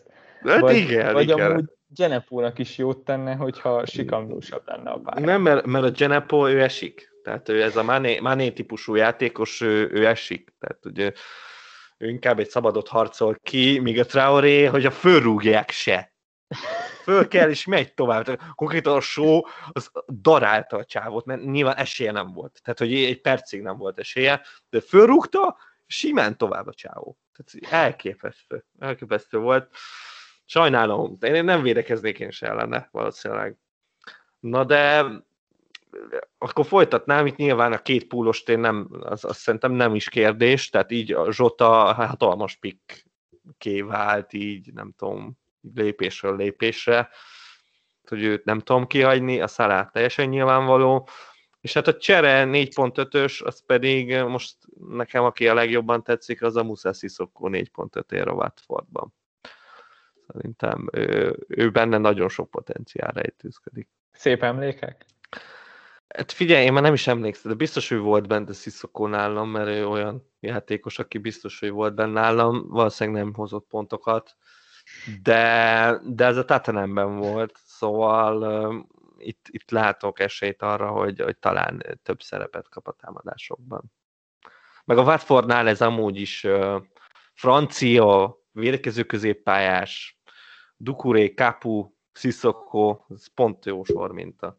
Hát igen, vagy igen. amúgy Dzenepónak is jót tenne, hogyha sikamlósabb lenne a pálya. Nem, mert a Dzenepo, ő esik. Tehát ő ez a Mané típusú játékos, ő esik. Tehát ugye ő inkább egy szabadot harcol ki, míg a Traoré, hogy a fölrúgják se. Föl kell, és megy tovább. Tehát konkrétan a show az darálta a csávot, mert nyilván esélye nem volt. Tehát, hogy egy percig nem volt esélye, de fölrúgta, simán tovább a csávó. Tehát elképesztő volt. Sajnálom, én nem védekeznék én se ellene, valószínűleg. Na de akkor folytatnám, itt nyilván a két púlost én nem, azt szerintem nem is kérdés, tehát így a Zsota hatalmas pikké vált, így nem tudom, lépésről lépésre, hogy őt nem tudom kihagyni, a Salah teljesen nyilvánvaló, és hát a csere 4.5-ös, az pedig most nekem, aki a legjobban tetszik, az a Moussa Sissoko 4.5-ér a Watfordban. Szerintem ő benne nagyon sok potenciál rejtőzködik. Szép emlékek? Hát figyelj, én már nem is emlékszem, de biztos, hogy volt benne Sissoko nálam, mert ő olyan játékos, aki biztos, hogy volt benne nálam, valószínűleg nem hozott pontokat, de ez a Tottenhamben volt, szóval itt látok esélyt arra, hogy talán több szerepet kap a támadásokban. Meg a Watfordnál ez amúgy is francia, védekező középpályás, Doucouré, Capu, Sissoko, ez pont jó sorminta.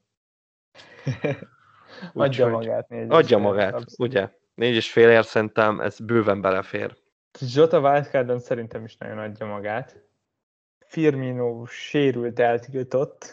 Adja magát 4,5. Adja magát, abszolút. Ugye? 4,5 szerintem ez bőven belefér. Zsota wildcardon szerintem is nagyon adja magát. Firmino sérült, eltiltott.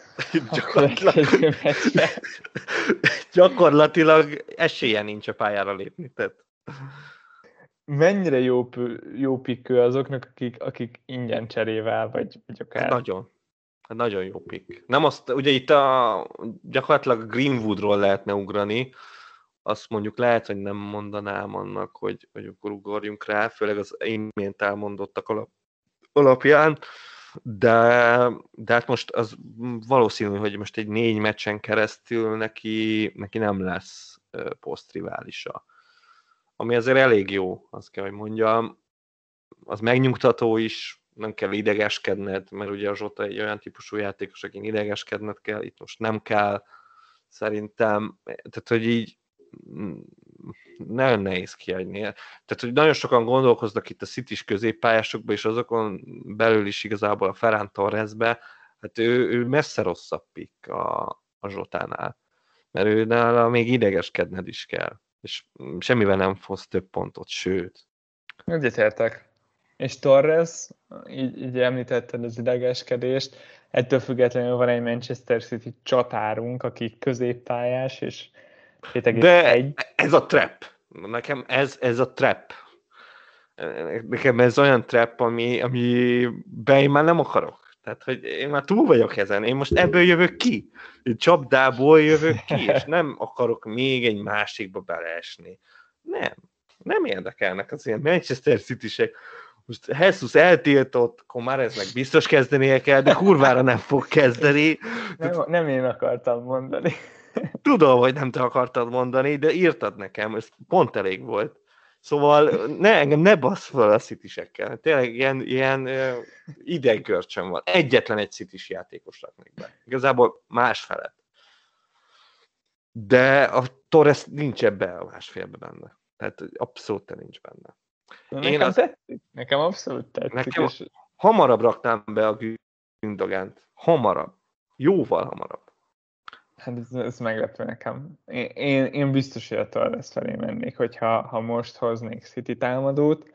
Gyakorlatilag esélye nincs a pályára lépni. Tehát. Mennyire jó pikkő azoknak, akik ingyen cserével, vagy akár... Nagyon jó pick. Nem azt, ugye itt gyakorlatilag Greenwoodról lehetne ugrani, azt mondjuk lehet, hogy nem mondanám annak, hogy akkor ugorjunk rá, főleg az imént elmondottak alapján, de hát most az valószínű, hogy most egy 4 meccsen keresztül neki nem lesz posztriválisa. Ami azért elég jó, azt kell, hogy mondjam. Az megnyugtató is, nem kell idegeskedned, mert ugye a Zsota egy olyan típusú játékos, akin idegeskedned kell, itt most nem kell, szerintem, tehát hogy így nagyon nehéz kiadni. Tehát, hogy nagyon sokan gondolkoznak itt a City-s középpályásokba, és azokon belül is igazából a Ferran Torresbe, hát ő messze rosszabb pick a Zsotánál, mert őnála még idegeskedned is kell, és semmivel nem hoz több pontot, sőt. Egyetértek. És Torres, így említetted az idegeskedést, ettől függetlenül van egy Manchester City csatárunk, aki középpályás, és 7,1. De ez a trap. Nekem ez a trap. Nekem ez olyan trap, amiben én már nem akarok. Tehát, hogy én már túl vagyok ezen. Én most ebből jövök ki. Csapdából jövök ki, és nem akarok még egy másikba beleesni. Nem érdekelnek az ilyen Manchester City-sek. Most Jesus eltiltott, akkor már eznek biztos kezdenie kell, de kurvára nem fog kezdeni. Nem én akartam mondani. Tudom, hogy nem te akartad mondani, de írtad nekem, ez pont elég volt. Szóval engem ne bassz fel a City-sekkel. Tényleg ilyen ideggörcsöm van. Egyetlen egy City-s játékos raknék be. Igazából másfelet. De a Torres nincs ebbe a másfélbe benne. Tehát abszolút nincs benne. Nekem abszolút tetszik. Nekem hamarabb raknám be a Gündogánt. Hamarabb. Jóval hamarabb. Hát ez meglepő nekem. Én biztos, hogy a Torres felé mennék, hogyha most hoznék City támadót.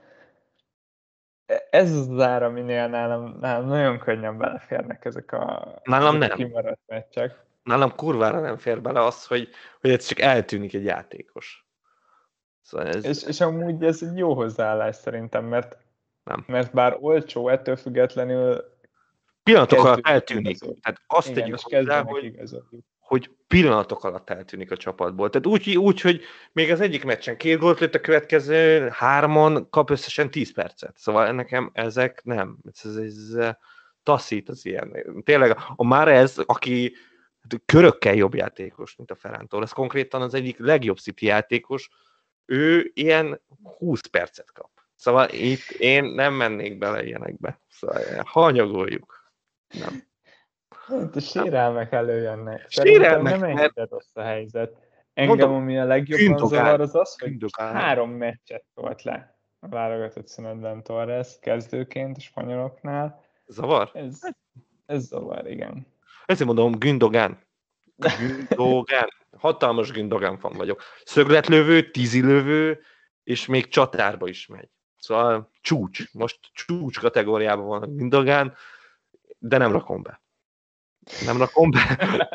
Ez az ára, aminél nálam nagyon könnyen beleférnek ezek a kimaradt meccsek. Nálam kurvára nem fér bele az, hogy ez csak eltűnik egy játékos. Szóval és amúgy ez egy jó hozzáállás szerintem, mert bár olcsó, ettől függetlenül pillanatok alatt eltűnik. Tehát azt igen, tegyük hozzá, hogy pillanatok alatt eltűnik a csapatból. Tehát úgy, hogy még az egyik meccsen 2 gólt lőtt, a következő 3-on kap összesen 10 percet. Szóval nekem ezek nem. Ez taszít az ilyen. Tényleg a Mahrez, aki körökkel jobb játékos, mint a Ferran Torres, konkrétan az egyik legjobb City játékos, ő ilyen 20 percet kap. Szóval itt én nem mennék bele ilyenekbe. Szóval hanyagoljuk. Nem. Itt a sérelmek előjönnek. Szerintem nem Sérelmek, mert ennyire rossz a helyzet. Engem, mondom, ami a legjobban zavar, Gündogán. az az, hogy Gündogán. 3 meccset tolt le a válogatott szünetben Torres kezdőként a spanyoloknál. Zavar? Ez zavar, igen. Ezért mondom, Gündogán. Gündogán. Hatalmas Gündogán fan vagyok. Szögletlövő, tízilövő, és még csatárba is megy. Szóval csúcs. Most csúcs kategóriában van a Gündogán, de nem rakom be. Nem rakom be.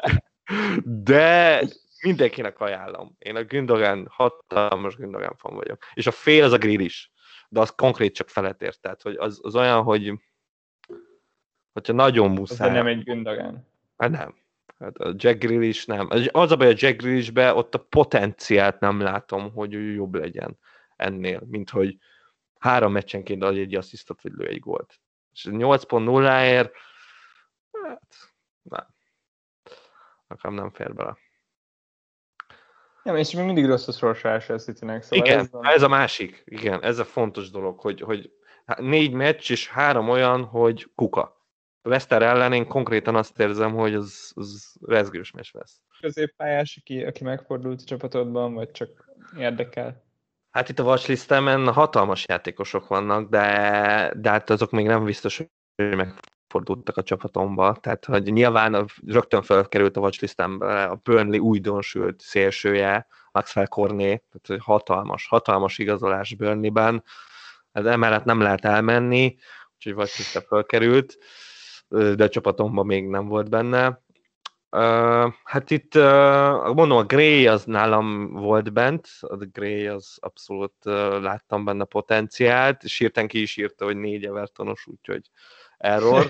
De mindenkinek ajánlom. Én a Gündogán, hatalmas Gündogán fan vagyok. És a fél az a grill is. De az konkrét csak felett ért. Tehát, hogy az olyan, hogy hogyha nagyon muszáj. Ez nem egy Gündogán. Hát nem. Hát a Jack Grealish nem. Az a baj, a Jack Grealishbe ott a potenciált nem látom, hogy ő jobb legyen ennél, mint hogy 3 meccsenként ad egy asszisztot, vagy lő egy gólt. És 8.0-ért hát nem. Nekem nem fér bele. Ja, és még mindig rossz a sorsolása a Citynek. Szóval Igen, ez a másik. Igen, ez a fontos dolog, hogy 4 meccs és 3 olyan, hogy kuka. A Leicester ellen én konkrétan azt érzem, hogy az rezgős meccs lesz. Középpályás, aki megfordult a csapatodban, vagy csak érdekel? Hát itt a watchlistemen hatalmas játékosok vannak, de hát azok még nem biztos, hogy megfordultak a csapatomba. Tehát, hogy nyilván rögtön felkerült a watchlistembe a Burnley újdonsült szélsője, Maxwell Cornet, tehát hatalmas igazolás Burnleyben. Hát emellett nem lehet elmenni, úgyhogy watchlistre felkerült, de a csapatomban még nem volt benne. Hát itt mondom, a Gray az nálam volt bent, a Gray az abszolút láttam benne potenciált, és hirtelen ki is írta, hogy 4 Evertonos, úgyhogy error,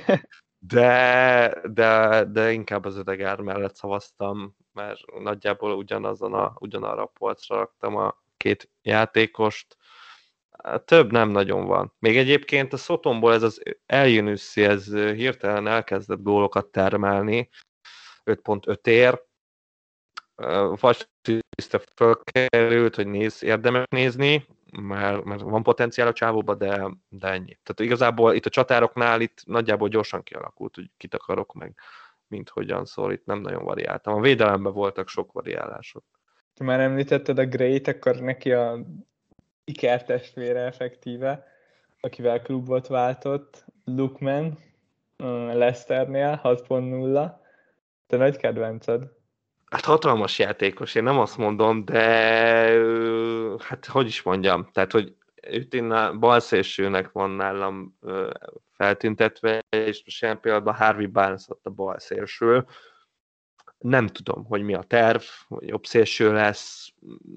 de inkább az Ödegaard mellett szavaztam, mert nagyjából ugyanarra a polcra raktam a 2 játékost. Több nem nagyon van. Még egyébként a Sotonból ez az Eljönüsszi, ez hirtelen elkezdett gólokat termelni, 5.5 ér. Watchlistre fölkerült, hogy érdemes nézni, mert van potenciál a csávóba, de ennyi. Tehát igazából itt a csatároknál itt nagyjából gyorsan kialakult, hogy kit akarok meg, mint hogyan szól, itt nem nagyon variáltam. A védelemben voltak sok variálások. Ha már említetted a Gray-t, akkor neki a ikertestvére effektíve, akivel klubot váltott, Lookman, Leicesternél 6.0. Te nagy kedvenced? Hát hatalmas játékos, én nem azt mondom, de hát hogy is mondjam, tehát hogy őt én balszélsőnek van nálam feltüntetve, és most ilyen pillanatban Harvey Barnes ott a balszélső. Nem tudom, hogy mi a terv, hogy jobb szélső lesz.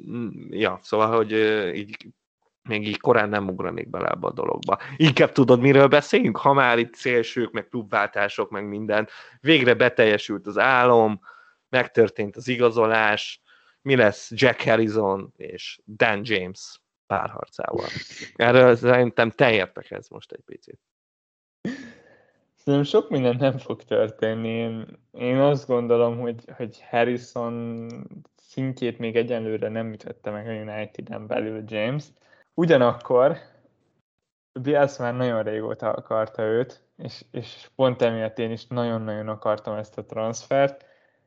Ja, szóval, hogy így még így korán nem ugranék bele ebbe a dologba. Inkább tudod, miről beszélünk? Ha már itt szélsők, meg klubváltások, meg minden. Végre beteljesült az álom, megtörtént az igazolás, mi lesz Jack Harrison és Dan James párharcával. Erről szerintem te értekezz most egy picit. Szerintem sok minden nem fog történni. Én azt gondolom, hogy Harrison szintjét még egyenlőre nem ütötte meg a Uniteden belül James. Ugyanakkor Bielsa már nagyon régóta akarta őt, és pont emiatt én is nagyon-nagyon akartam ezt a transfert,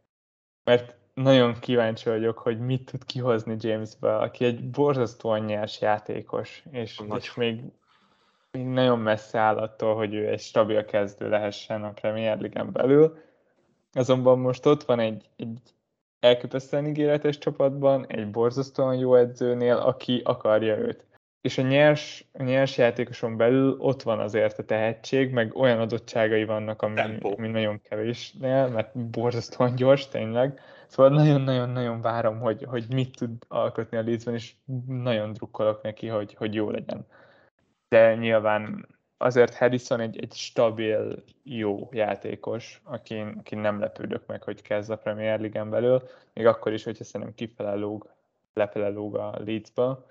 mert nagyon kíváncsi vagyok, hogy mit tud kihozni Jamesből, aki egy borzasztóan nyers játékos, és még nagyon messze áll attól, hogy ő egy stabil kezdő lehessen a Premier League-en belül. Azonban most ott van egy elképesztően ígéretes csapatban, egy borzasztóan jó edzőnél, aki akarja őt. És a nyers játékoson belül ott van azért a tehetség, meg olyan adottságai vannak, ami nagyon kevésnél, mert borzasztóan gyors tényleg. Szóval nagyon-nagyon-nagyon várom, hogy mit tud alkotni a Leedsben, és nagyon drukkolok neki, hogy jó legyen. De nyilván azért Harrison egy stabil, jó játékos, akin nem lepődök meg, hogy kezd a Premier League-en belül, még akkor is, hogyha szerintem lefele lóg a Leedsba.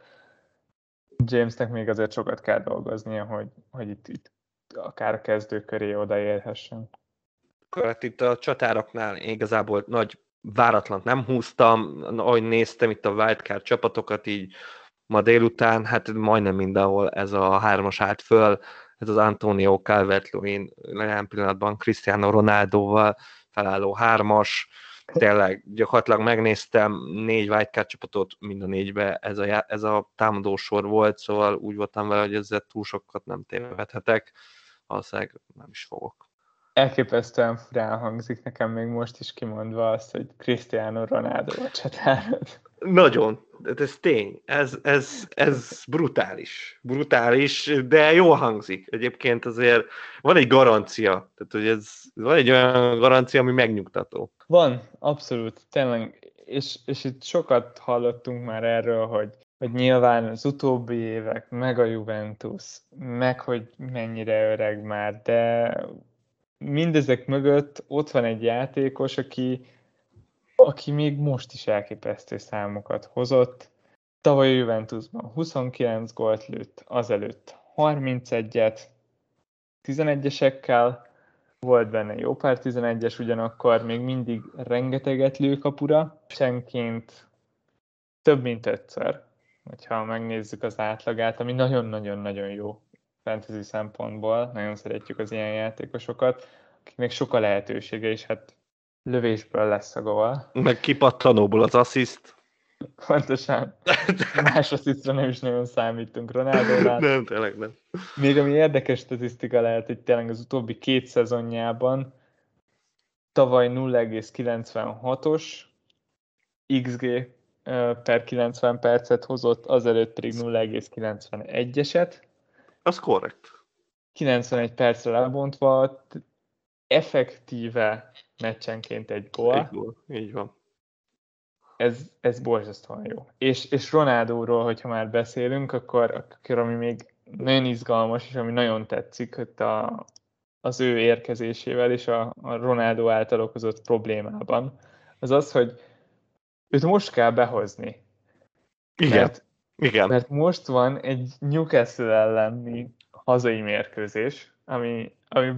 Jamesnek még azért sokat kell dolgoznia, hogy itt akár a kezdő köré odaérhessen. Hát itt a csatároknál igazából nagy váratlant nem húztam, ahogy néztem itt a wildcard csapatokat, így ma délután, hát majdnem mindenhol ez a hármas állt föl, ez az Antonio Calvert-Lewin jelen pillanatban Cristiano Ronaldoval felálló hármas, tényleg gyakorlatilag megnéztem 4 wildcard csapatot, mind a 4-be ez a támadósor volt, szóval úgy voltam vele, hogy ezzel túl sokat nem tévedhetek, valószínűleg nem is fogok. Elképesztően furán hangzik nekem még most is kimondva azt, hogy Cristiano Ronaldo a csatárod. Nagyon, ez tény, ez brutális. Brutális, de jól hangzik. Egyébként azért van egy garancia, tehát hogy van egy olyan garancia, ami megnyugtató. Van, abszolút, tényleg, és itt sokat hallottunk már erről, hogy nyilván az utóbbi évek, meg a Juventus, meg hogy mennyire öreg már, de mindezek mögött ott van egy játékos, aki még most is elképesztő számokat hozott. Tavaly a Juventusban 29 gólt lőtt, azelőtt 31-et, 11-esekkel, volt benne jó pár 11-es, ugyanakkor még mindig rengeteget lő kapura, senként több mint 5-ször, hogyha megnézzük az átlagát, ami nagyon-nagyon-nagyon jó fantasy szempontból, nagyon szeretjük az ilyen játékosokat, akiknek sok a lehetősége, és hát lövésből lesz a gól. Meg kipattanóból az assziszt. Pontosan. Más asszisztra nem is nagyon számítunk Ronaldónál. Nem, tényleg nem. Még ami érdekes statisztika lehet, hogy tényleg az utóbbi 2 szezonjában tavaly 0,96-os XG per 90 percet hozott, azelőtt pedig 0,91-eset. Az korrekt. 91 percre lebontva, effektíve meccsenként egy gól. Egy gól, így van. Ez borzasztóan jó. És Ronaldóról, hogyha már beszélünk, akkor ami még nagyon izgalmas, és ami nagyon tetszik az ő érkezésével és a Ronaldo által okozott problémában, az az, hogy őt most kell behozni. Igen. Igen. Mert most van egy Newcastle elleni hazai mérkőzés, ami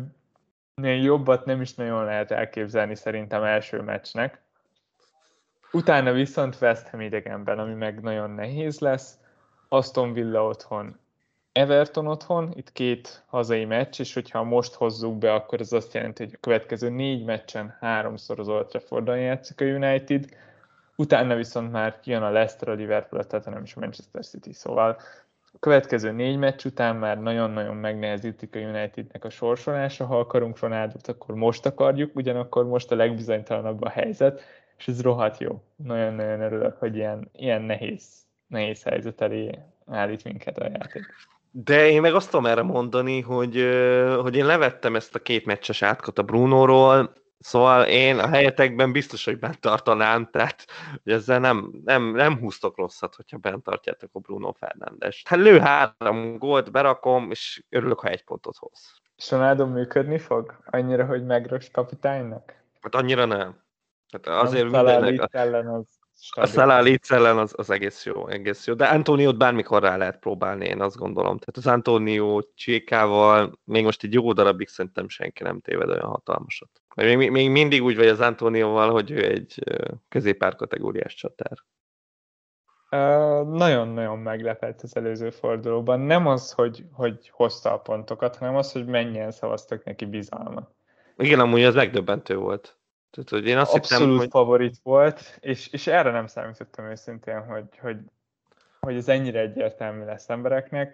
jobbat nem is nagyon lehet elképzelni szerintem első meccsnek. Utána viszont West Ham idegenben, ami meg nagyon nehéz lesz. Aston Villa otthon, Everton otthon, itt 2 hazai meccs, és hogyha most hozzuk be, akkor ez azt jelenti, hogy a következő 4 meccsen 3-szor az Old Traffordon játszik a United, utána viszont már kijön a Leicester, a Liverpool, tehát nem is a Manchester City, szóval a következő 4 meccs után már nagyon-nagyon megnehezítik a Unitednek a sorsolása, ha akarunk Ronaldot, akkor most akarjuk, ugyanakkor most a legbizonytalanabb a helyzet, és ez rohadt jó. Nagyon-nagyon örülök, hogy ilyen nehéz helyzet elé állít minket a játék. De én meg azt tudom erre mondani, hogy én levettem ezt a 2 meccses átkot a Brunóról, szóval én a helyetekben biztos, hogy bent tartanám, tehát hogy ezzel nem húztok rosszat, hogyha bent tartjátok a Bruno Fernandes. Hát lő 3 gólt, berakom, és örülök, ha 1 pontot hoz. És Ronaldo működni fog? Annyira, hogy megrös kapitánynak? Hát annyira nem. Hát azért mindennek ellen az a Salah Leeds ellen az egész jó. De Antoniót bármikor rá lehet próbálni, én azt gondolom. Tehát az Antonio Csékával még most egy jó darabig szerintem senki nem téved olyan hatalmasat. Még mindig úgy vagy az Antonióval, hogy ő egy középár kategóriás csatár. Nagyon-nagyon meglepett az előző fordulóban. Nem az, hogy hozta a pontokat, hanem az, hogy mennyien szavaztak neki bizalmat. Igen, amúgy az megdöbbentő volt. Tehát, hogy én azt abszolút hittem, hogy favorit volt, és erre nem számítottam őszintén, hogy ez ennyire egyértelmű lesz embereknek,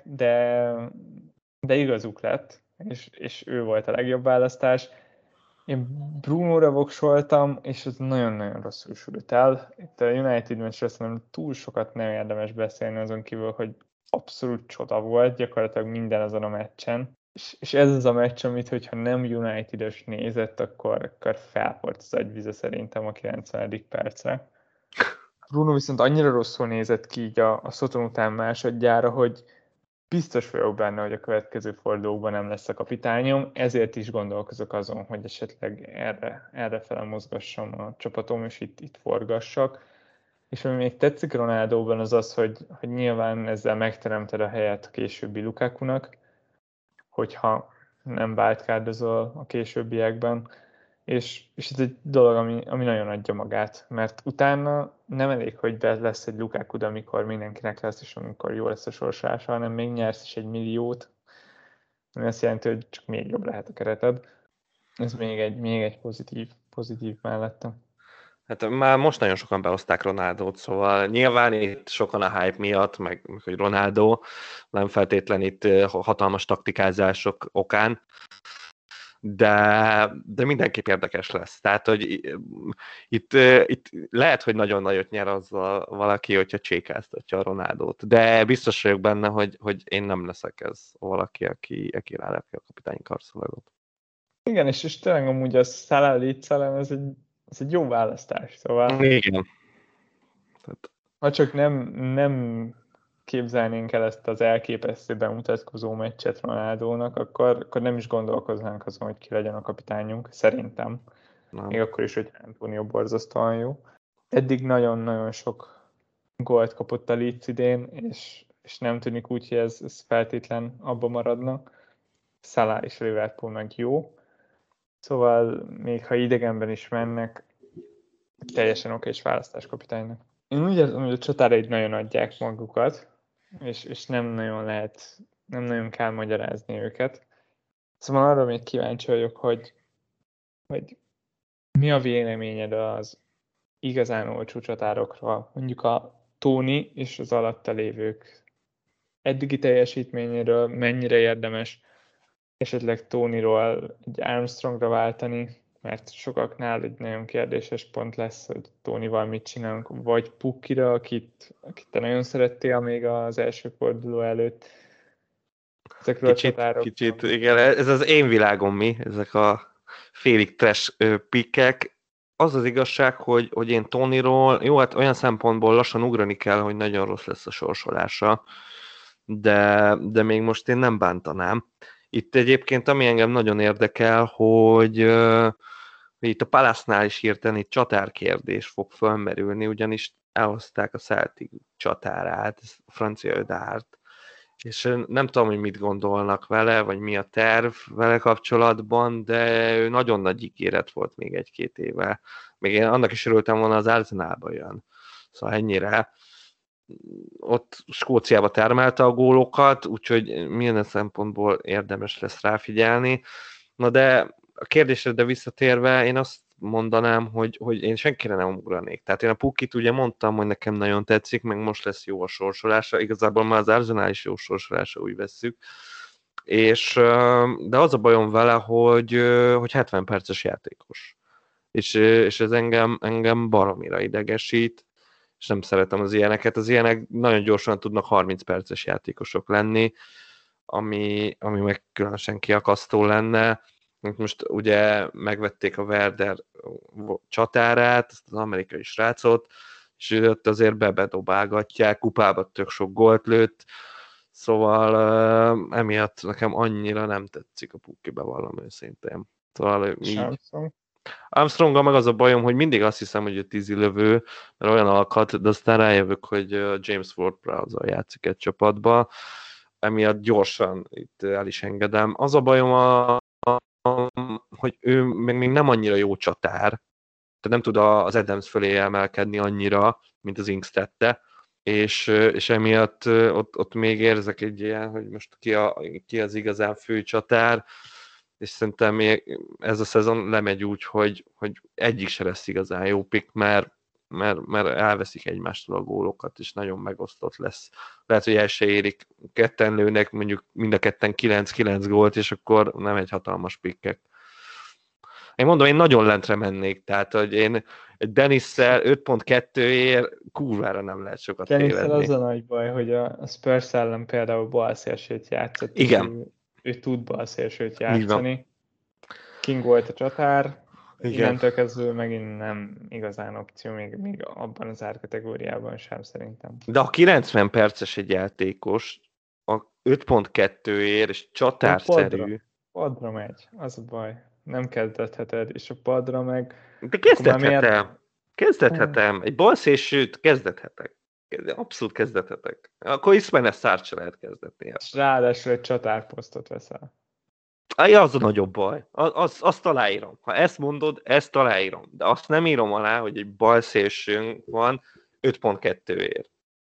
de igazuk lett, és ő volt a legjobb választás. Én Brunóra voksoltam, és ez nagyon-nagyon rosszul sült el. Itt a United meccsről szerintem túl sokat nem érdemes beszélni azon kívül, hogy abszolút csoda volt, gyakorlatilag minden azon a meccsen. És ez az a meccs, amit, hogyha nem United-ös nézett, akkor felport az agyvize szerintem a 90. percre. Bruno viszont annyira rosszul nézett ki így a Soton után másodjára, hogy biztos vagyok benne, hogy a következő fordulókban nem lesz a kapitányom, ezért is gondolkozok azon, hogy esetleg erre fele mozgassam a csapatom, és itt forgassak. És ami még tetszik Ronaldóban az az, hogy nyilván ezzel megteremted a helyet a későbbi Lukakunak, hogyha nem wildcardozol a későbbiekben, és ez egy dolog, ami nagyon adja magát, mert utána nem elég, hogy lesz egy Lukaku, amikor mindenkinek lesz, és amikor jó lesz a sorsolása, hanem még nyersz is 1 milliót, ami azt jelenti, hogy csak még jobb lehet a kereted. Ez még egy pozitív mellettem. Hát már most nagyon sokan behozták Ronaldót, szóval nyilván itt sokan a hype miatt, meg hogy Ronaldo, nem feltétlen itt hatalmas taktikázások okán, de mindenképp érdekes lesz. Tehát, hogy itt lehet, hogy nagyon nagyot nyer azzal valaki, hogyha csékáztatja a Ronaldót, de biztos vagyok benne, hogy én nem leszek ez valaki, aki rálepje a kapitányi karszalagot. Igen, és tényleg amúgy a Salah ez egy jó választás, szóval... Igen. Ha csak nem képzelnénk el ezt az elképesztő bemutatkozó meccset Ronaldónak, akkor nem is gondolkoznánk azon, hogy ki legyen a kapitányunk, szerintem. Nem. Még akkor is, hogy Antonio borzasztóan jó. Eddig nagyon-nagyon sok gólt kapott a Leeds idén, és nem tűnik úgy, hogy ez feltétlen abba maradna. Salah és Liverpool meg jó. Szóval még ha idegenben is mennek, teljesen okés választás kapitánynak. Én úgy érzem, hogy a csatáraid nagyon adják magukat, és nem nagyon kell magyarázni őket. Szóval arra még kíváncsi vagyok, hogy mi a véleményed az igazán olcsó csatárokról, mondjuk a Tóni és az alatta lévők eddigi teljesítményéről, mennyire érdemes esetleg Tóniról egy Armstrongra váltani, mert sokaknál egy nagyon kérdéses pont lesz, hogy Tónival mit csinálunk, vagy Pukkira, akit te nagyon szerettél még az első forduló előtt. Ezekről Kicsit, igen, ez az én világom ezek a félig trash pikkek. Az az igazság, hogy én Tonyról, jó, hát olyan szempontból lassan ugrani kell, hogy nagyon rossz lesz a sorsolása, de még most én nem bántanám. Itt egyébként, ami engem nagyon érdekel, hogy itt a Palace-nál is hirtelen itt csatárkérdés fog fölmerülni, ugyanis elhozták a Celtic csatárát, a francia Ödárt, és nem tudom, hogy mit gondolnak vele, vagy mi a terv vele kapcsolatban, de ő nagyon nagy ígéret volt még 1-2 éve. Még én annak is örültem volna, az Arsenalba jön. Szóval ennyire. Ott Skóciába termelte a gólokat, úgyhogy milyen szempontból érdemes lesz ráfigyelni. Na de a kérdésedre visszatérve, én azt mondanám, hogy én senkire nem ugranék. Tehát én a Pukit ugye mondtam, hogy nekem nagyon tetszik, meg most lesz jó a sorsolása. Igazából már az Arsenal is jó sorsolása, úgy vesszük. De az a bajom vele, hogy 70 perces játékos. És ez engem baromira idegesít, és nem szeretem az ilyeneket. Az ilyenek nagyon gyorsan tudnak 30 perces játékosok lenni, ami meg különösen kiakasztó lenne. Most ugye megvették a Werder csatárát, ezt az amerikai srácot, és ott azért bebedobálgatják, kupába tök sok gólt lőtt, szóval emiatt nekem annyira nem tetszik a Pukki, bevallom őszintén. Szóval így. Armstronggal meg az a bajom, hogy mindig azt hiszem, hogy ő tízilövő, mert olyan alkat, de aztán rájövök, hogy James Ward-Prowse-zal játszik egy csapatba, emiatt gyorsan itt el is engedem. Az a bajom, hogy ő még nem annyira jó csatár, tehát nem tud az Adams fölé emelkedni annyira, mint az Ings tette, és emiatt ott még érzek egy ilyen, hogy most ki az igazán fő csatár, és szerintem még ez a szezon lemegy úgy, hogy egyik se lesz igazán jó pick, mert elveszik egymástól a gólokat, és nagyon megosztott lesz. Lehet, hogy el se érik, ketten lőnek, mondjuk mind a ketten 9-9 gólt, és akkor nem egy hatalmas pickek. Én mondom, én nagyon lentre mennék, tehát, hogy én egy Dennis-szel 5.2-ért kurvára nem lehet sokat tévedni. Dennis-szel az a nagy baj, hogy a Spurs ellen például balszélsőt játszott, igen. Ő tud balszélsőt játszani. King volt a csatár, innentől kezdve megint nem igazán opció, még abban az árkategóriában sem szerintem. De a 90 perces egy játékos, a 5.2-ért, és csatárszerű. Padra megy, az a baj. Nem kezdheted, és a padra meg... De kezdhetem. Egy balszélsőt kezdhetek. Abszolút kezdhetek. Akkor Ismail Sarr se lehet kezdetni. És ráadásul egy csatárposztot veszel. Az a nagyobb baj. Azt aláírom. Ha ezt mondod, ezt aláírom. De azt nem írom alá, hogy egy balszélsőnk van 5.2-ért.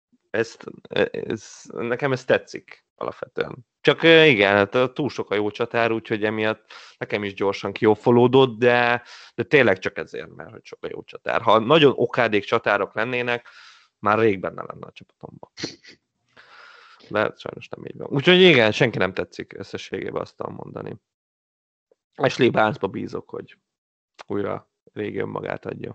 Nekem ez tetszik alapvetően. Csak igen, hát túl sok a jó csatár, úgyhogy emiatt nekem is gyorsan kioffolódott, de tényleg csak ezért, mert hogy sok a jó csatár. Ha nagyon okádék csatárok lennének, már rég benne lenne a csapatomban. De sajnos nem így van. Úgyhogy igen, senki nem tetszik összességében azt mondani. Ashley Barnesba bízok, hogy újra régi önmagát adja.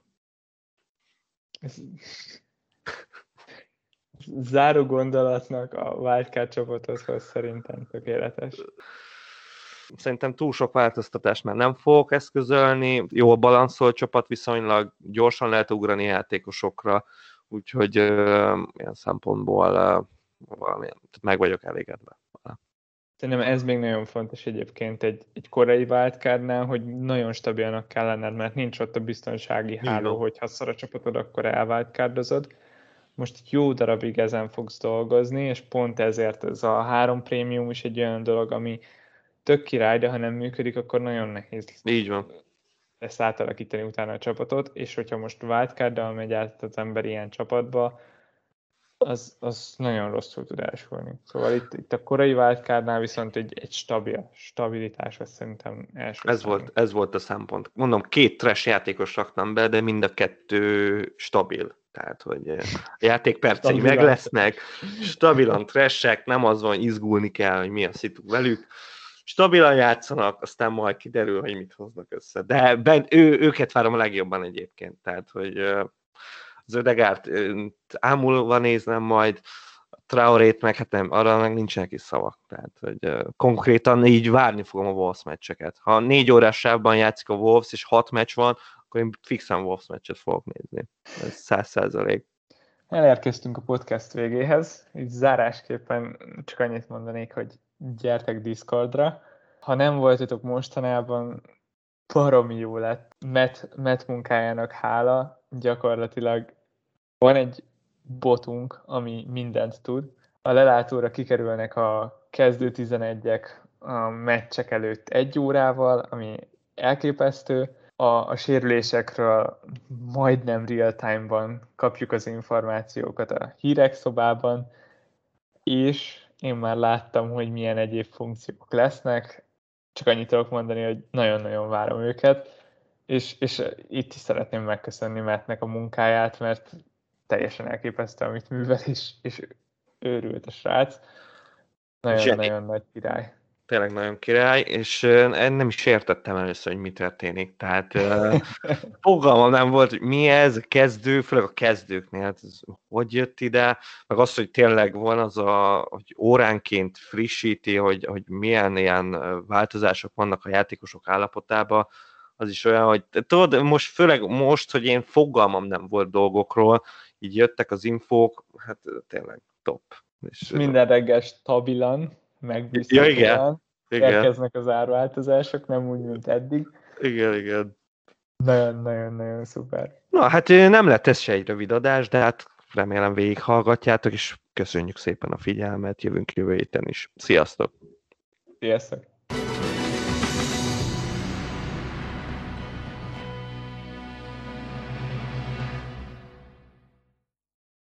Záró gondolatnak a wildcard csapathoz szerintem tökéletes. Szerintem túl sok változtatást már nem fogok eszközölni. Jó a balanszolt csapat, viszonylag gyorsan lehet ugrani játékosokra, úgyhogy ilyen szempontból meg vagyok elégedve. Szerintem ez még nagyon fontos egyébként egy korai wildcardnál, hogy nagyon stabilnak kell lenned, mert nincs ott a biztonsági háló, hogyha szar a csapatod, akkor elwildcardozod. Most jó darabig ezen fogsz dolgozni, és pont ezért ez a 3 prémium is egy olyan dolog, ami tök király, de ha nem működik, akkor nagyon nehéz így van. Ezt átalakítani utána a csapatot, és hogyha most wildcarddal megy át az ember ilyen csapatba, az nagyon rosszul tud elsülni. Szóval itt a korai wildcardnál viszont egy stabilitás, azt szerintem első ez volt a szempont. Mondom, 2 trash játékos raktam be, de mind a 2 stabil. Tehát, hogy a játékpercei meg lesznek, stabilan trashek, nem az van, izgulni kell, hogy mi a szitu velük. Stabilan játszanak, aztán majd kiderül, hogy mit hoznak össze. De őket várom a legjobban egyébként. Tehát, hogy az Ödegaard ámulva néznem majd, Traorét meg, hát nem, arra meg nincsenek is szavak. Tehát, hogy konkrétan így várni fogom a Wolves meccseket. Ha 4 órás sávban játszik a Wolves, és 6 meccs van, akkor én fixen Wolves meccset fogok nézni. Ez 100%. Elérkeztünk a podcast végéhez. Így zárásképpen csak annyit mondanék, hogy gyertek Discordra. Ha nem voltatok mostanában, baromi jó lett. Matt munkájának hála. Gyakorlatilag van egy botunk, ami mindent tud. A lelátóra kikerülnek a kezdő 11-ek a meccsek előtt 1 órával, ami elképesztő. A sérülésekről majdnem real-time-ban kapjuk az információkat a hírek szobában, és én már láttam, hogy milyen egyéb funkciók lesznek. Csak annyit tudok mondani, hogy nagyon-nagyon várom őket, és itt is szeretném megköszönni Mattnek a munkáját, mert teljesen elképesztő, amit művel, és őrült a srác. Nagyon-nagyon nagy király. Tényleg nagyon király, és nem is értettem először, hogy mi történik. Tehát fogalmam nem volt, hogy mi ez, a kezdő, főleg a kezdőknél, hát ez hogy jött ide, meg az, hogy tényleg van az hogy óránként frissíti, hogy milyen ilyen változások vannak a játékosok állapotában, az is olyan, hogy tudod, főleg most, hogy én fogalmam nem volt dolgokról, így jöttek az infók, hát tényleg top. És minden reggel stabilan, megbízhatóan érkeznek az árváltozások, nem úgy, mint eddig. Igen. Nagyon-nagyon szuper. Na, hát nem lett ez se egy rövid adás, de hát remélem végighallgatjátok, és köszönjük szépen a figyelmet, jövünk jövő héten is. Sziasztok! Sziasztok!